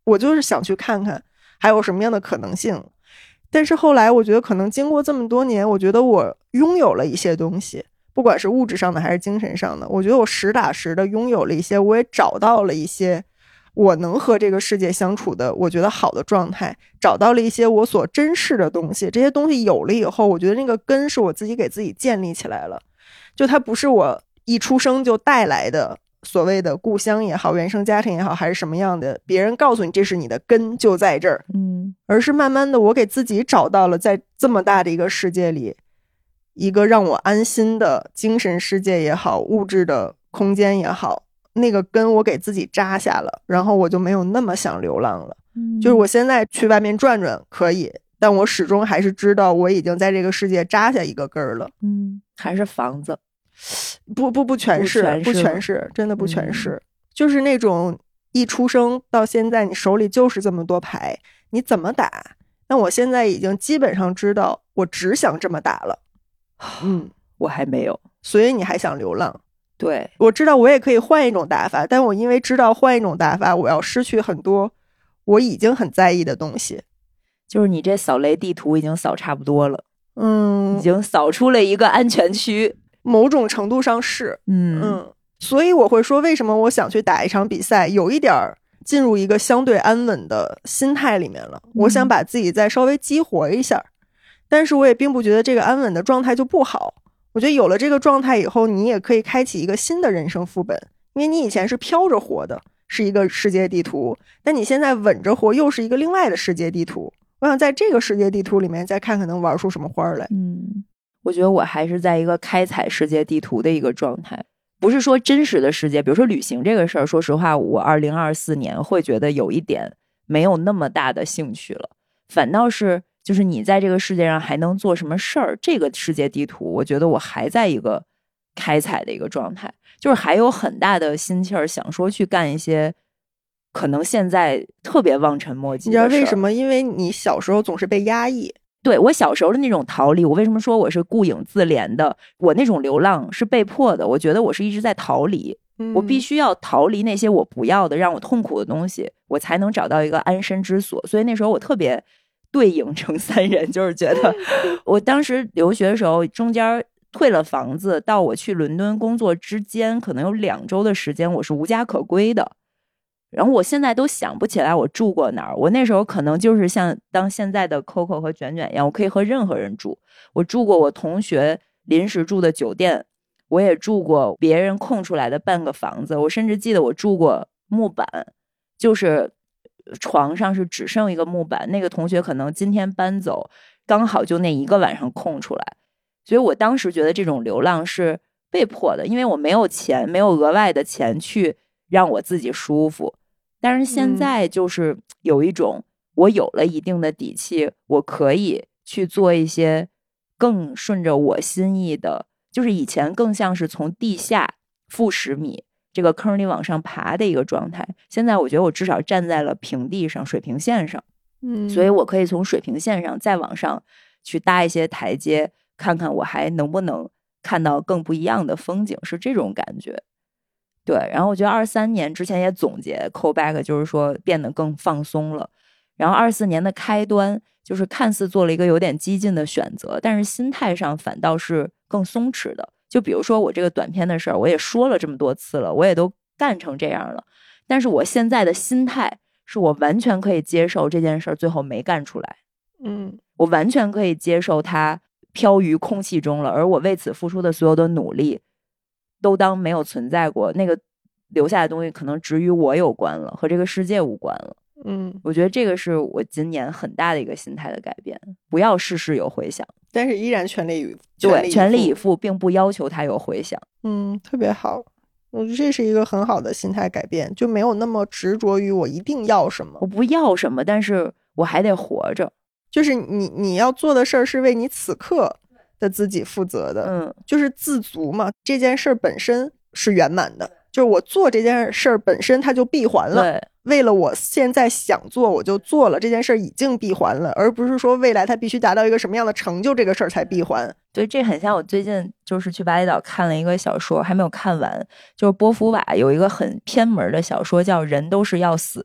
我就是想去看看还有什么样的可能性。但是后来我觉得可能经过这么多年，我觉得我拥有了一些东西，不管是物质上的还是精神上的，我觉得我实打实的拥有了一些，我也找到了一些我能和这个世界相处的我觉得好的状态，找到了一些我所珍视的东西。这些东西有了以后，我觉得那个根是我自己给自己建立起来了，就它不是我一出生就带来的所谓的故乡也好，原生家庭也好，还是什么样的，别人告诉你这是你的根就在这儿，而是慢慢的我给自己找到了在这么大的一个世界里一个让我安心的精神世界也好，物质的空间也好，那个根我给自己扎下了，然后我就没有那么想流浪了。就是我现在去外面转转可以，但我始终还是知道我已经在这个世界扎下一个根儿了。 还是房子？ 不全是，不全是，真的不全是。就是那种一出生到现在你手里就是这么多牌，你怎么打？那我现在已经基本上知道我只想这么打了。 我还没有。 所以你还想流浪？ 对， 我知道我也可以换一种打法，但我因为知道换一种打法我要失去很多我已经很在意的东西。 就是你这扫雷地图已经扫差不多了。已经扫出了一个安全区。 某种程度上是。所以我会说为什么我想去打一场比赛，有一点进入一个相对安稳的心态里面了。我想把自己再稍微激活一下，但是我也并不觉得这个安稳的状态就不好。我觉得有了这个状态以后，你也可以开启一个新的人生副本，因为你以前是飘着活的，是一个世界地图，但你现在稳着活又是一个另外的世界地图。我想在这个世界地图里面再看看能玩出什么花来。 我觉得我还是在一个开采世界地图的一个状态，不是说真实的世界。比如说旅行这个事儿，说实话我2024年会觉得有一点没有那么大的兴趣了，反倒是就是你在这个世界上还能做什么事儿，这个世界地图我觉得我还在一个开采的一个状态，就是还有很大的心气儿想说去干一些可能现在特别望尘莫及的事儿。 你知道为什么？因为你小时候总是被压抑。 对，我小时候的那种逃离，我为什么说我是顾影自怜的？我那种流浪是被迫的，我觉得我是一直在逃离。我必须要逃离那些我不要的让我痛苦的东西，我才能找到一个安身之所。所以那时候我特别对影成三人，就是觉得我当时留学的时候中间退了房子，到我去伦敦工作之间可能有2周的时间我是无家可归的。然后我现在都想不起来我住过哪儿。我那时候可能就是像当现在的 Coco 和卷卷一样，我可以和任何人住。我住过我同学临时住的酒店，我也住过别人空出来的半个房子，我甚至记得我住过木板，就是床上是只剩一个木板，那个同学可能今天搬走，刚好就那一个晚上空出来。所以我当时觉得这种流浪是被迫的，因为我没有钱，没有额外的钱去让我自己舒服。但是现在就是有一种我有了一定的底气，我可以去做一些更顺着我心意的，就是以前更像是从地下负10米这个坑里往上爬的一个状态。现在我觉得我至少站在了平地上，水平线上。所以我可以从水平线上再往上去搭一些台阶，看看我还能不能看到更不一样的风景，是这种感觉。对，然后我觉得23年之前也总结 call back， 就是说变得更放松了。然后24年的开端就是看似做了一个有点激进的选择，但是心态上反倒是更松弛的。就比如说我这个短片的事儿，我也说了这么多次了，我也都干成这样了，但是我现在的心态是我完全可以接受这件事儿最后没干出来。我完全可以接受它飘于空气中了，而我为此付出的所有的努力都当没有存在过，那个留下的东西可能只与我有关了，和这个世界无关了。我觉得这个是我今年很大的一个心态的改变，不要事事有回响， 但是依然全力以赴。 对，全力以赴并不要求它有回响。 特别好，我觉得这是一个很好的心态改变，就没有那么执着于我一定要什么， 我不要什么，但是我还得活着。 就是你要做的事儿是为你此刻的自己负责的，就是自足嘛。这件事儿本身是圆满的，就是我做这件事儿本身它就闭环了。 对， 为了我现在想做我就做了，这件事儿已经闭环了，而不是说未来它必须达到一个什么样的成就这个事儿才闭环。 对，这很像我最近就是去巴厘岛看了一个小说，还没有看完，就是波伏瓦有一个很偏门的小说叫《人都是要死的》。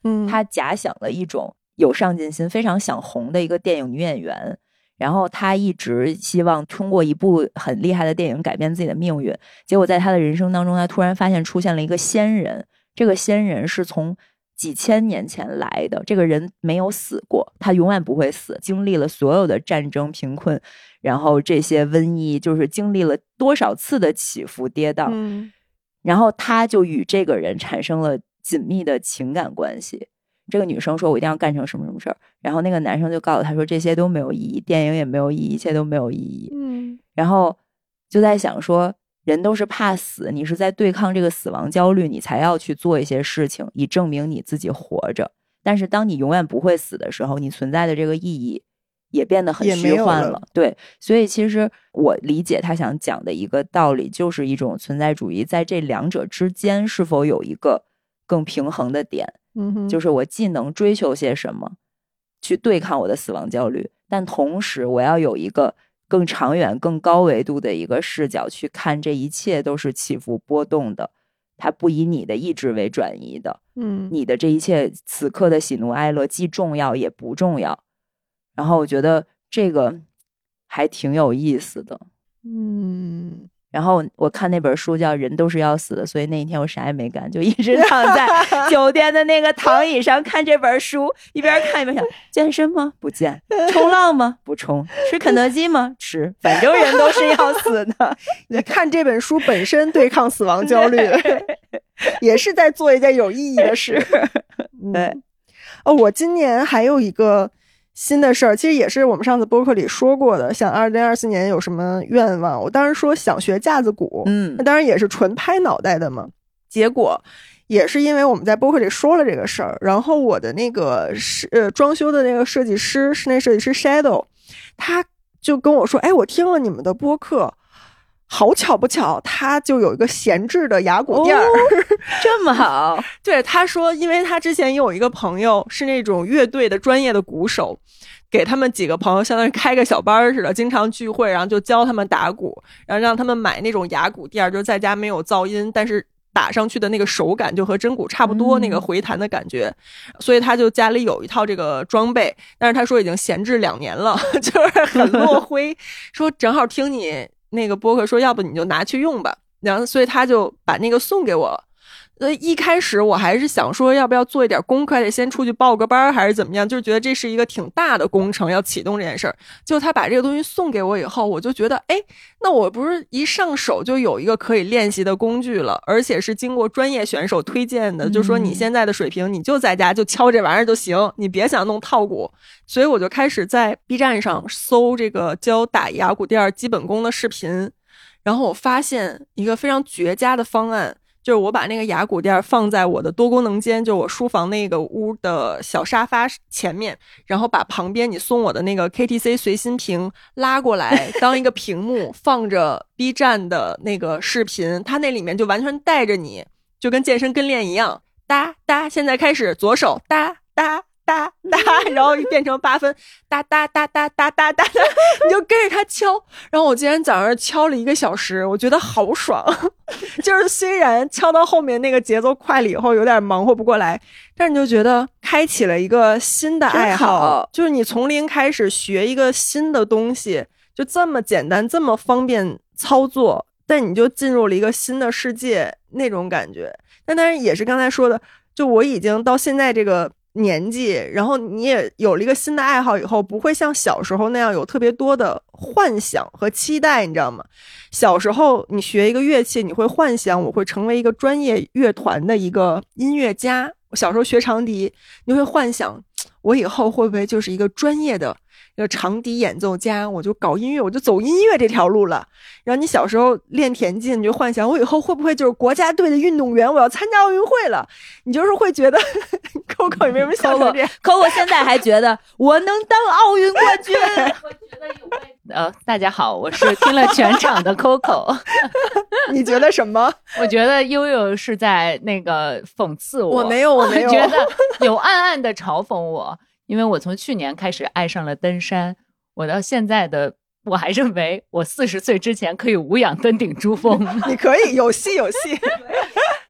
他假想了一种有上进心非常想红的一个电影女演员，然后他一直希望通过一部很厉害的电影改变自己的命运，结果在他的人生当中，他突然发现出现了一个仙人，这个仙人是从几千年前来的，这个人没有死过，他永远不会死，经历了所有的战争贫困，然后这些瘟疫，就是经历了多少次的起伏跌宕，然后他就与这个人产生了紧密的情感关系。这个女生说我一定要干成什么什么事儿，然后那个男生就告诉她说这些都没有意义，电影也没有意义，一切都没有意义。然后就在想说人都是怕死，你是在对抗这个死亡焦虑，你才要去做一些事情以证明你自己活着，但是当你永远不会死的时候，你存在的这个意义也变得很虚幻了。对，所以其实我理解他想讲的一个道理，就是一种存在主义在这两者之间是否有一个更平衡的点，就是我既能追求些什么去对抗我的死亡焦虑，但同时我要有一个更长远更高维度的一个视角去看这一切都是起伏波动的，它不以你的意志为转移的，你的这一切此刻的喜怒哀乐既重要也不重要。然后我觉得这个还挺有意思的。然后我看那本书叫《人都是要死的》，所以那一天我啥也没干，就一直躺在酒店的那个躺椅上看这本书，一边看一边想：健身吗？不健。冲浪吗？不冲。吃肯德基吗？吃。反正人都是要死的。 你看这本书本身对抗死亡焦虑，也是在做一件有意义的事。 对。 我今年还有一个新的事儿，其实也是我们上次播客里说过的，想2024年有什么愿望，我当时说想学架子鼓，那当然也是纯拍脑袋的嘛。结果也是因为我们在播客里说了这个事儿，然后我的那个装修的那个设计师，室内设计师 Shadow， 他就跟我说，哎，我听了你们的播客，好巧不巧他就有一个闲置的雅鼓店这么好。 对，他说因为他之前有一个朋友是那种乐队的专业的鼓手，给他们几个朋友相当于开个小班似的，经常聚会，然后就教他们打鼓，然后让他们买那种雅鼓垫，就在家没有噪音，但是打上去的那个手感就和真鼓差不多，那个回弹的感觉，所以他就家里有一套这个装备，但是他说已经闲置2年了，就是很落灰说正好听你那个播客说要不你就拿去用吧，然后所以他就把那个送给我了。一开始我还是想说要不要做一点功课，得先出去报个班还是怎么样，就是觉得这是一个挺大的工程要启动这件事儿。结果他把这个东西送给我以后，我就觉得哎，那我不是一上手就有一个可以练习的工具了，而且是经过专业选手推荐的，就说你现在的水平你就在家就敲这玩意儿就行，你别想弄套鼓。所以我就开始在 B 站上搜这个教打雅鼓垫基本功的视频，然后我发现一个非常绝佳的方案，就是我把那个雅鼓垫放在我的多功能间，就我书房那个屋的小沙发前面，然后把旁边你送我的那个 KTC 随心屏拉过来当一个屏幕，放着 B 站的那个视频，它那里面就完全带着你，就跟健身跟练一样，哒哒，现在开始左手哒哒哒哒，然后变成8分，哒哒哒哒哒哒哒，你就跟着他敲。然后我今天早上敲了1个小时，我觉得好爽。就是虽然敲到后面那个节奏快了以后有点忙活不过来，但是你就觉得开启了一个新的爱好，就是你从零开始学一个新的东西，就这么简单这么方便操作，但你就进入了一个新的世界那种感觉。但当然也是刚才说的，就我已经到现在这个年纪，然后你也有了一个新的爱好以后，不会像小时候那样有特别多的幻想和期待，你知道吗？小时候你学一个乐器，你会幻想我会成为一个专业乐团的一个音乐家，我小时候学长笛，你会幻想我以后会不会就是一个专业的长笛演奏家，我就搞音乐，我就走音乐这条路了。然后你小时候练田径，你就幻想我以后会不会就是国家队的运动员，我要参加奥运会了。你就是会觉得Coco 你为什么想成这样 ？Coco 现在还觉得我能当奥运冠军。 我觉得有大家好，我是听了全场的 Coco。 你觉得什么？ 我觉得悠悠是在那个讽刺我。 我没有， 我觉得有暗暗的嘲讽我。因为我从去年开始爱上了登山，我到现在的我还认为我40岁之前可以无氧登顶珠峰。 你可以有戏有戏。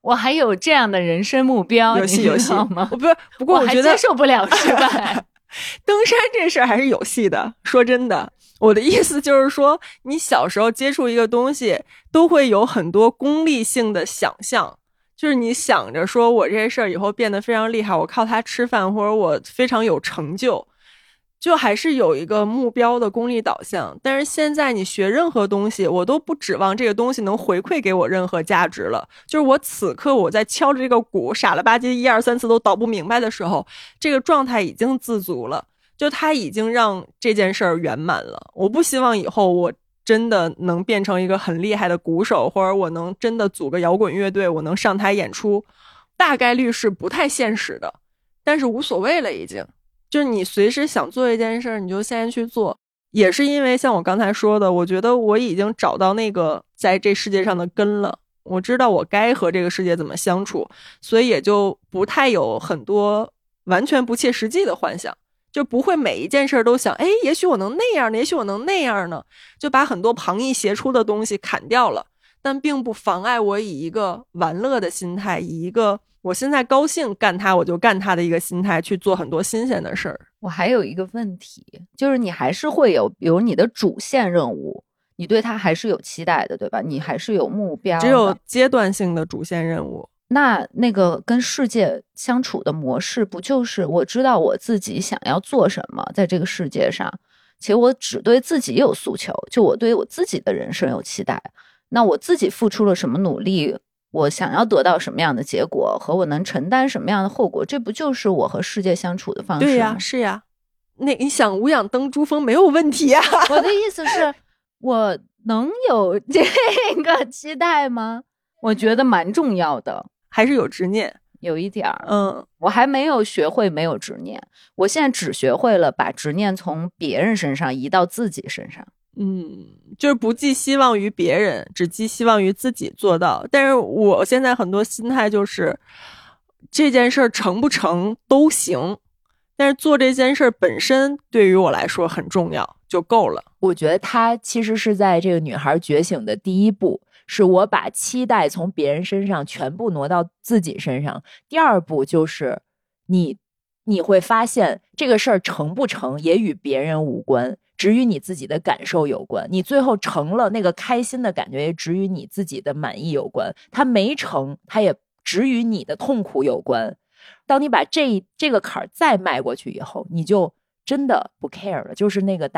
我还有这样的人生目标， 有戏你知道吗？ 不过我觉得还接受不了失败。 登山这事儿还是有戏的。说真的，我的意思就是说，你小时候接触一个东西，都会有很多功利性的想象，就是你想着说我这事儿以后变得非常厉害，我靠它吃饭，或者我非常有成就。就还是有一个目标的功利导向，但是现在你学任何东西，我都不指望这个东西能回馈给我任何价值了。就是我此刻我在敲着这个鼓，傻了吧唧1、2、3次都捣不明白的时候，这个状态已经自足了，就它已经让这件事儿圆满了。我不希望以后我真的能变成一个很厉害的鼓手，或者我能真的组个摇滚乐队，我能上台演出，大概率是不太现实的，但是无所谓了已经。就是你随时想做一件事，你就现在去做。也是因为像我刚才说的，我觉得我已经找到那个在这世界上的根了，我知道我该和这个世界怎么相处，所以也就不太有很多完全不切实际的幻想，就不会每一件事都想，哎，也许我能那样呢，也许我能那样呢，就把很多旁逸斜出的东西砍掉了。但并不妨碍我以一个玩乐的心态，以一个我现在高兴干它我就干它的一个心态去做很多新鲜的事儿。 我还有一个问题，就是你还是会有比如你的主线任务，你对它还是有期待的，对吧？你还是有目标的， 只有阶段性的主线任务。 那个跟世界相处的模式不就是我知道我自己想要做什么在这个世界上，且我只对自己有诉求，就我对我自己的人生有期待，那我自己付出了什么努力，我想要得到什么样的结果，和我能承担什么样的后果，这不就是我和世界相处的方式吗？ 对呀，是呀。那你想无氧登珠峰没有问题啊。 我的意思是我能有这个期待吗？我觉得蛮重要的。 还是有执念， 有一点儿。我还没有学会没有执念，我现在只学会了把执念从别人身上移到自己身上。 就是不寄希望于别人，只寄希望于自己做到。但是我现在很多心态就是这件事成不成都行，但是做这件事本身对于我来说很重要就够了。 我觉得他其实是在这个女孩觉醒的第一步，是我把期待从别人身上全部挪到自己身上。第二步就是你会发现这个事儿成不成也与别人无关，只与你自己的感受有关。你最后成了，那个开心的感觉也只与你自己的满意有关，它没成它也只与你的痛苦有关。当你把这个坎儿再迈过去以后，你就真的不 care 了。就是那个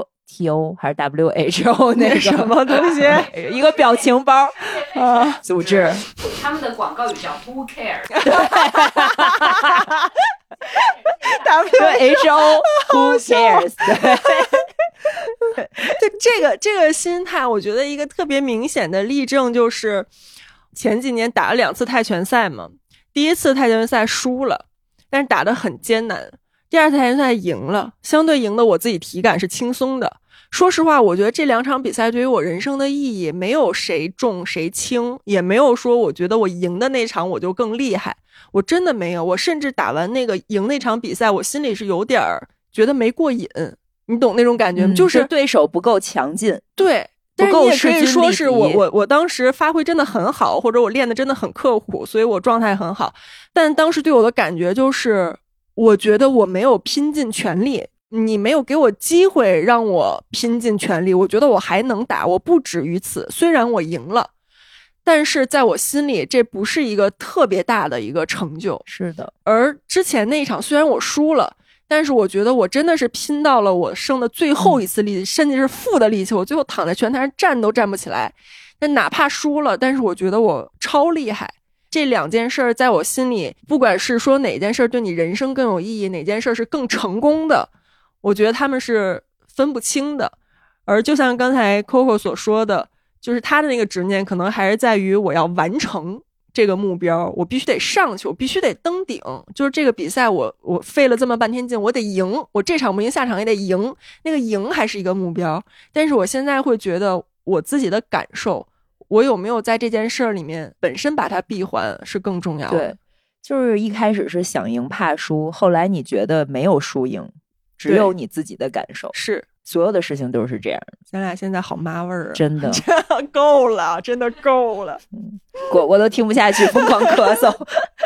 WTO 还是 WHO 那个什么东西一个表情包组织， 他们的广告语叫 Who cares WHO Who cares 就这个心态，我觉得一个特别明显的例证就是前几年打了2次泰拳赛嘛。第一次泰拳赛输了，但是打得很艰难。第二次泰拳赛赢了，相对赢的我自己体感是轻松的。说实话，我觉得这2场比赛对于我人生的意义没有谁重谁轻，也没有说我觉得我赢的那场我就更厉害，我真的没有。我甚至打完那个赢那场比赛，我心里是有点觉得没过瘾，你懂那种感觉吗？就是对手不够强劲。 对，但是你也可以说是我当时发挥真的很好，或者我练的真的很刻苦，所以我状态很好。但当时对我的感觉就是，我觉得我没有拼尽全力，你没有给我机会让我拼尽全力。我觉得我还能打，我不止于此。虽然我赢了，但是在我心里这不是一个特别大的一个成就。 是的。 而之前那一场虽然我输了，但是我觉得我真的是拼到了我剩的最后一丝力气，甚至是负的力气，我最后躺在拳台上站都站不起来。但哪怕输了，但是我觉得我超厉害。这2件事在我心里，不管是说哪件事对你人生更有意义，哪件事是更成功的，我觉得他们是分不清的。而就像刚才 Coco 所说的，就是他的那个执念可能还是在于我要完成这个目标，我必须得上去，我必须得登顶。就是这个比赛我费了这么半天劲，我得赢，我这场不赢下场也得赢，那个赢还是一个目标。但是我现在会觉得我自己的感受，我有没有在这件事里面本身把它闭环是更重要的。 对，就是一开始是想赢怕输，后来你觉得没有输赢，只有你自己的感受。 是， 所有的事情都是这样。 咱俩现在好妈味儿啊， 真的够了，真的够了。 果果都听不下去，疯狂咳嗽。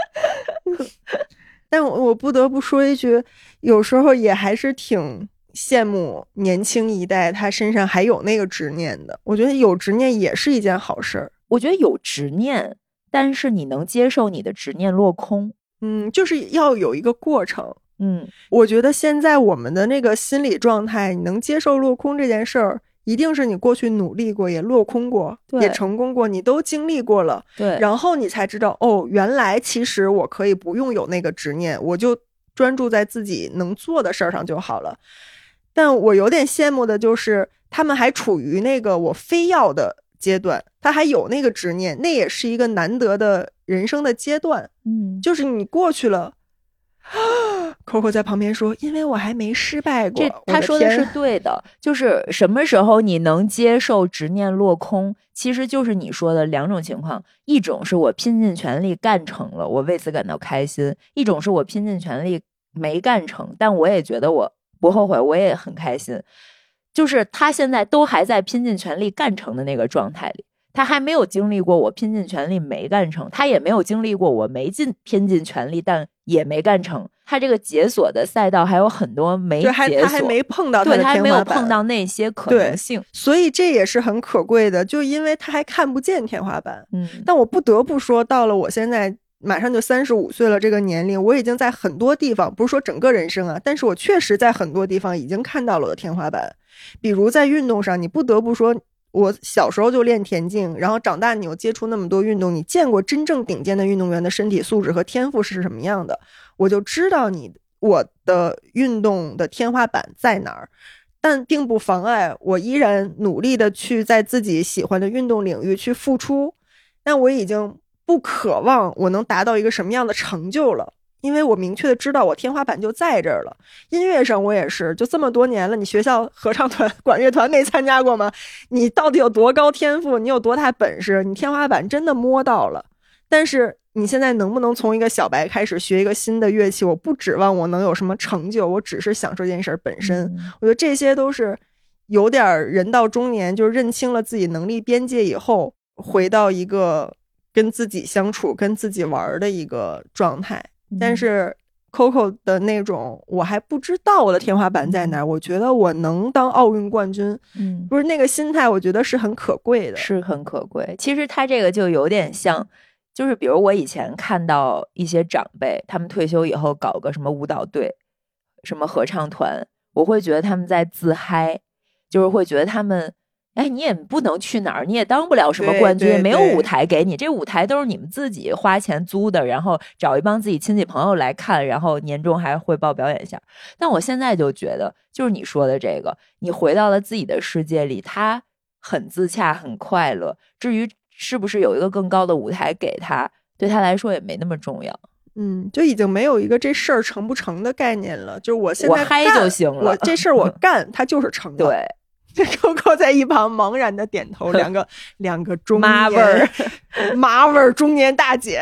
但我不得不说一句，有时候也还是挺羡慕年轻一代他身上还有那个执念的。我觉得有执念也是一件好事儿。 我觉得有执念，但是你能接受你的执念落空。 就是要有一个过程。 我觉得现在我们的那个心理状态，你能接受落空这件事儿，一定是你过去努力过，也落空过，也成功过，你都经历过了。 对， 然后你才知道，原来其实我可以不用有那个执念，我就专注在自己能做的事儿上就好了。但我有点羡慕的就是他们还处于那个我非要的阶段，他还有那个执念，那也是一个难得的人生的阶段。就是你过去了。Coco 在旁边说，因为我还没失败过。 他说的是对的，就是什么时候你能接受执念落空，其实就是你说的两种情况，一种是我拼尽全力干成了，我为此感到开心，一种是我拼尽全力没干成，但我也觉得我不后悔，我也很开心。就是他现在都还在拼尽全力干成的那个状态里，他还没有经历过我拼尽全力没干成，他也没有经历过我拼尽全力但也没干成。他这个解锁的赛道还有很多没解锁， 他还没碰到他的天花板， 对，他还没有碰到那些可能性， 所以这也是很可贵的，就因为他还看不见天花板。但我不得不说，到了我现在马上就35岁了这个年龄，我已经在很多地方，不是说整个人生啊，但是我确实在很多地方已经看到了我的天花板。比如在运动上，你不得不说，我小时候就练田径，然后长大你又接触那么多运动，你见过真正顶尖的运动员的身体素质和天赋是什么样的，我就知道我的运动的天花板在哪儿。但并不妨碍我依然努力的去在自己喜欢的运动领域去付出。但我已经不渴望我能达到一个什么样的成就了，因为我明确的知道我天花板就在这儿了。音乐上我也是，就这么多年了，你学校合唱团管乐团没参加过吗？你到底有多高天赋，你有多大本事，你天花板真的摸到了。但是你现在能不能从一个小白开始学一个新的乐器，我不指望我能有什么成就，我只是享受这件事本身。我觉得这些都是有点人到中年，就是认清了自己能力边界以后，回到一个跟自己相处跟自己玩的一个状态。但是 Coco 的那种我还不知道我的天花板在哪儿，我觉得我能当奥运冠军，不是那个心态，我觉得是很可贵的， 是很可贵。其实他这个就有点像，就是比如我以前看到一些长辈，他们退休以后搞个什么舞蹈队，什么合唱团，我会觉得他们在自嗨，就是会觉得他们你也不能去哪儿，你也当不了什么冠军，没有舞台给你，这舞台都是你们自己花钱租的，然后找一帮自己亲戚朋友来看，然后年终还汇报表演一下。但我现在就觉得，就是你说的这个，你回到了自己的世界里，他很自洽很快乐，至于是不是有一个更高的舞台给他，对他来说也没那么重要。 就已经没有一个这事儿成不成的概念了，就是我现在我嗨就行了， 我这事儿我干它就是成了。 对 ，Coco 在一旁茫然的点头，两个中年妈味儿中年大姐。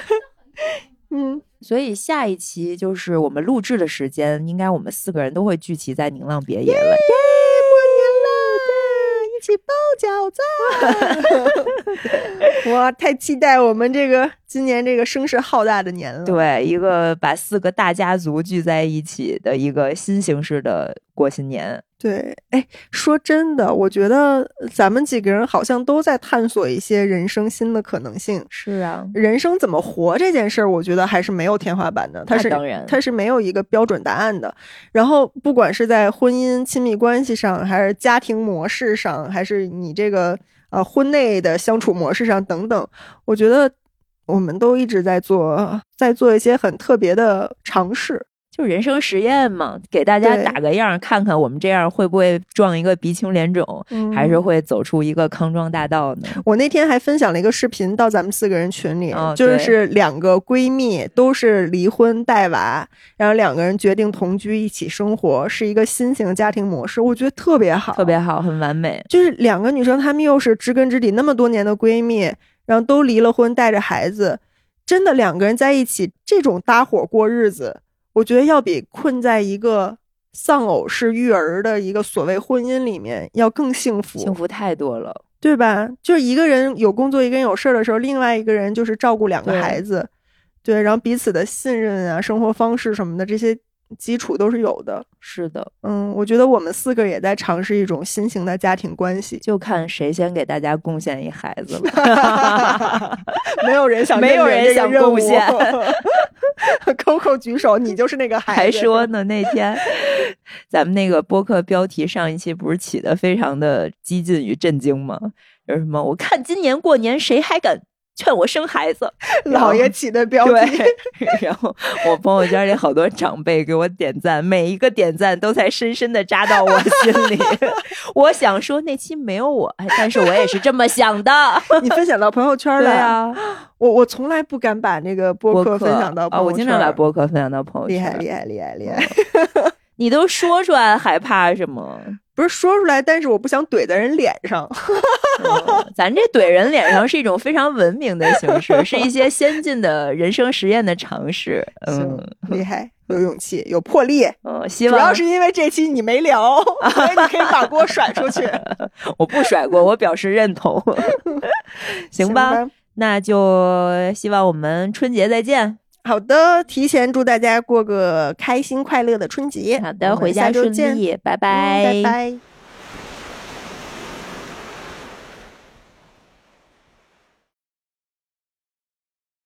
所以下一期就是我们录制的时间，应该我们4个人都会聚齐在宁浪别野了。 一起包饺子。哇，太期待我们今年这个声势浩大的年了。 对，一个把4个大家族聚在一起的一个新形式的过新年。 对，说真的，我觉得咱们几个人好像都在探索一些人生新的可能性。 是啊， 人生怎么活这件事儿，我觉得还是没有天花板的，它是没有一个标准答案的。然后不管是在婚姻亲密关系上，还是家庭模式上，还是你这个婚内的相处模式上等等，我觉得我们都一直在做一些很特别的尝试。 就人生实验嘛，给大家打个样，看看我们这样会不会撞一个鼻青脸肿，还是会走出一个康庄大道呢？ 我那天还分享了一个视频到咱们4个人群里，就是2个闺蜜都是离婚带娃，然后2个人决定同居一起生活，是一个新型家庭模式，我觉得特别好， 特别好，很完美。 就是2个女生，她们又是知根知底那么多年的闺蜜，然后都离了婚，带着孩子，真的2个人在一起这种搭伙过日子，我觉得要比困在一个丧偶式育儿的一个所谓婚姻里面要更幸福， 幸福太多了， 对吧？就是一个人有工作，一个人有事儿的时候，另外一个人就是照顾2个孩子，对，然后彼此的信任啊、生活方式什么的，这些基础都是有的。 是的， 我觉得我们4个也在尝试一种新型的家庭关系， 就看谁先给大家贡献一孩子了。 没有人想贡献Coco 举手，你就是那个孩子。 还说呢，那天咱们那个播客标题上一期不是起的非常的激进与震惊吗？就是什么我看今年过年谁还敢劝我生孩子， 老爷起的标题。 然后我朋友圈里好多长辈给我点赞，每一个点赞都才深深的扎到我心里。我想说那期没有我，但是我也是这么想的。 你分享到朋友圈了？ 对啊， 我从来不敢把那个播客分享到朋友圈。 我经常把播客分享到朋友圈。 厉害。 你都说出来了还怕什么？ 不是说出来，但是我不想怼在人脸上。 咱这怼人脸上是一种非常文明的形式，是一些先进的人生实验的尝试。 厉害，有勇气，有魄力。 希望主要是因为这期你没聊，所以你可以把锅甩出去。 我不甩锅，我表示认同。行吧，那就希望我们春节再见。 好的，提前祝大家过个开心快乐的春节。 好的，回家顺利，拜拜。 拜拜。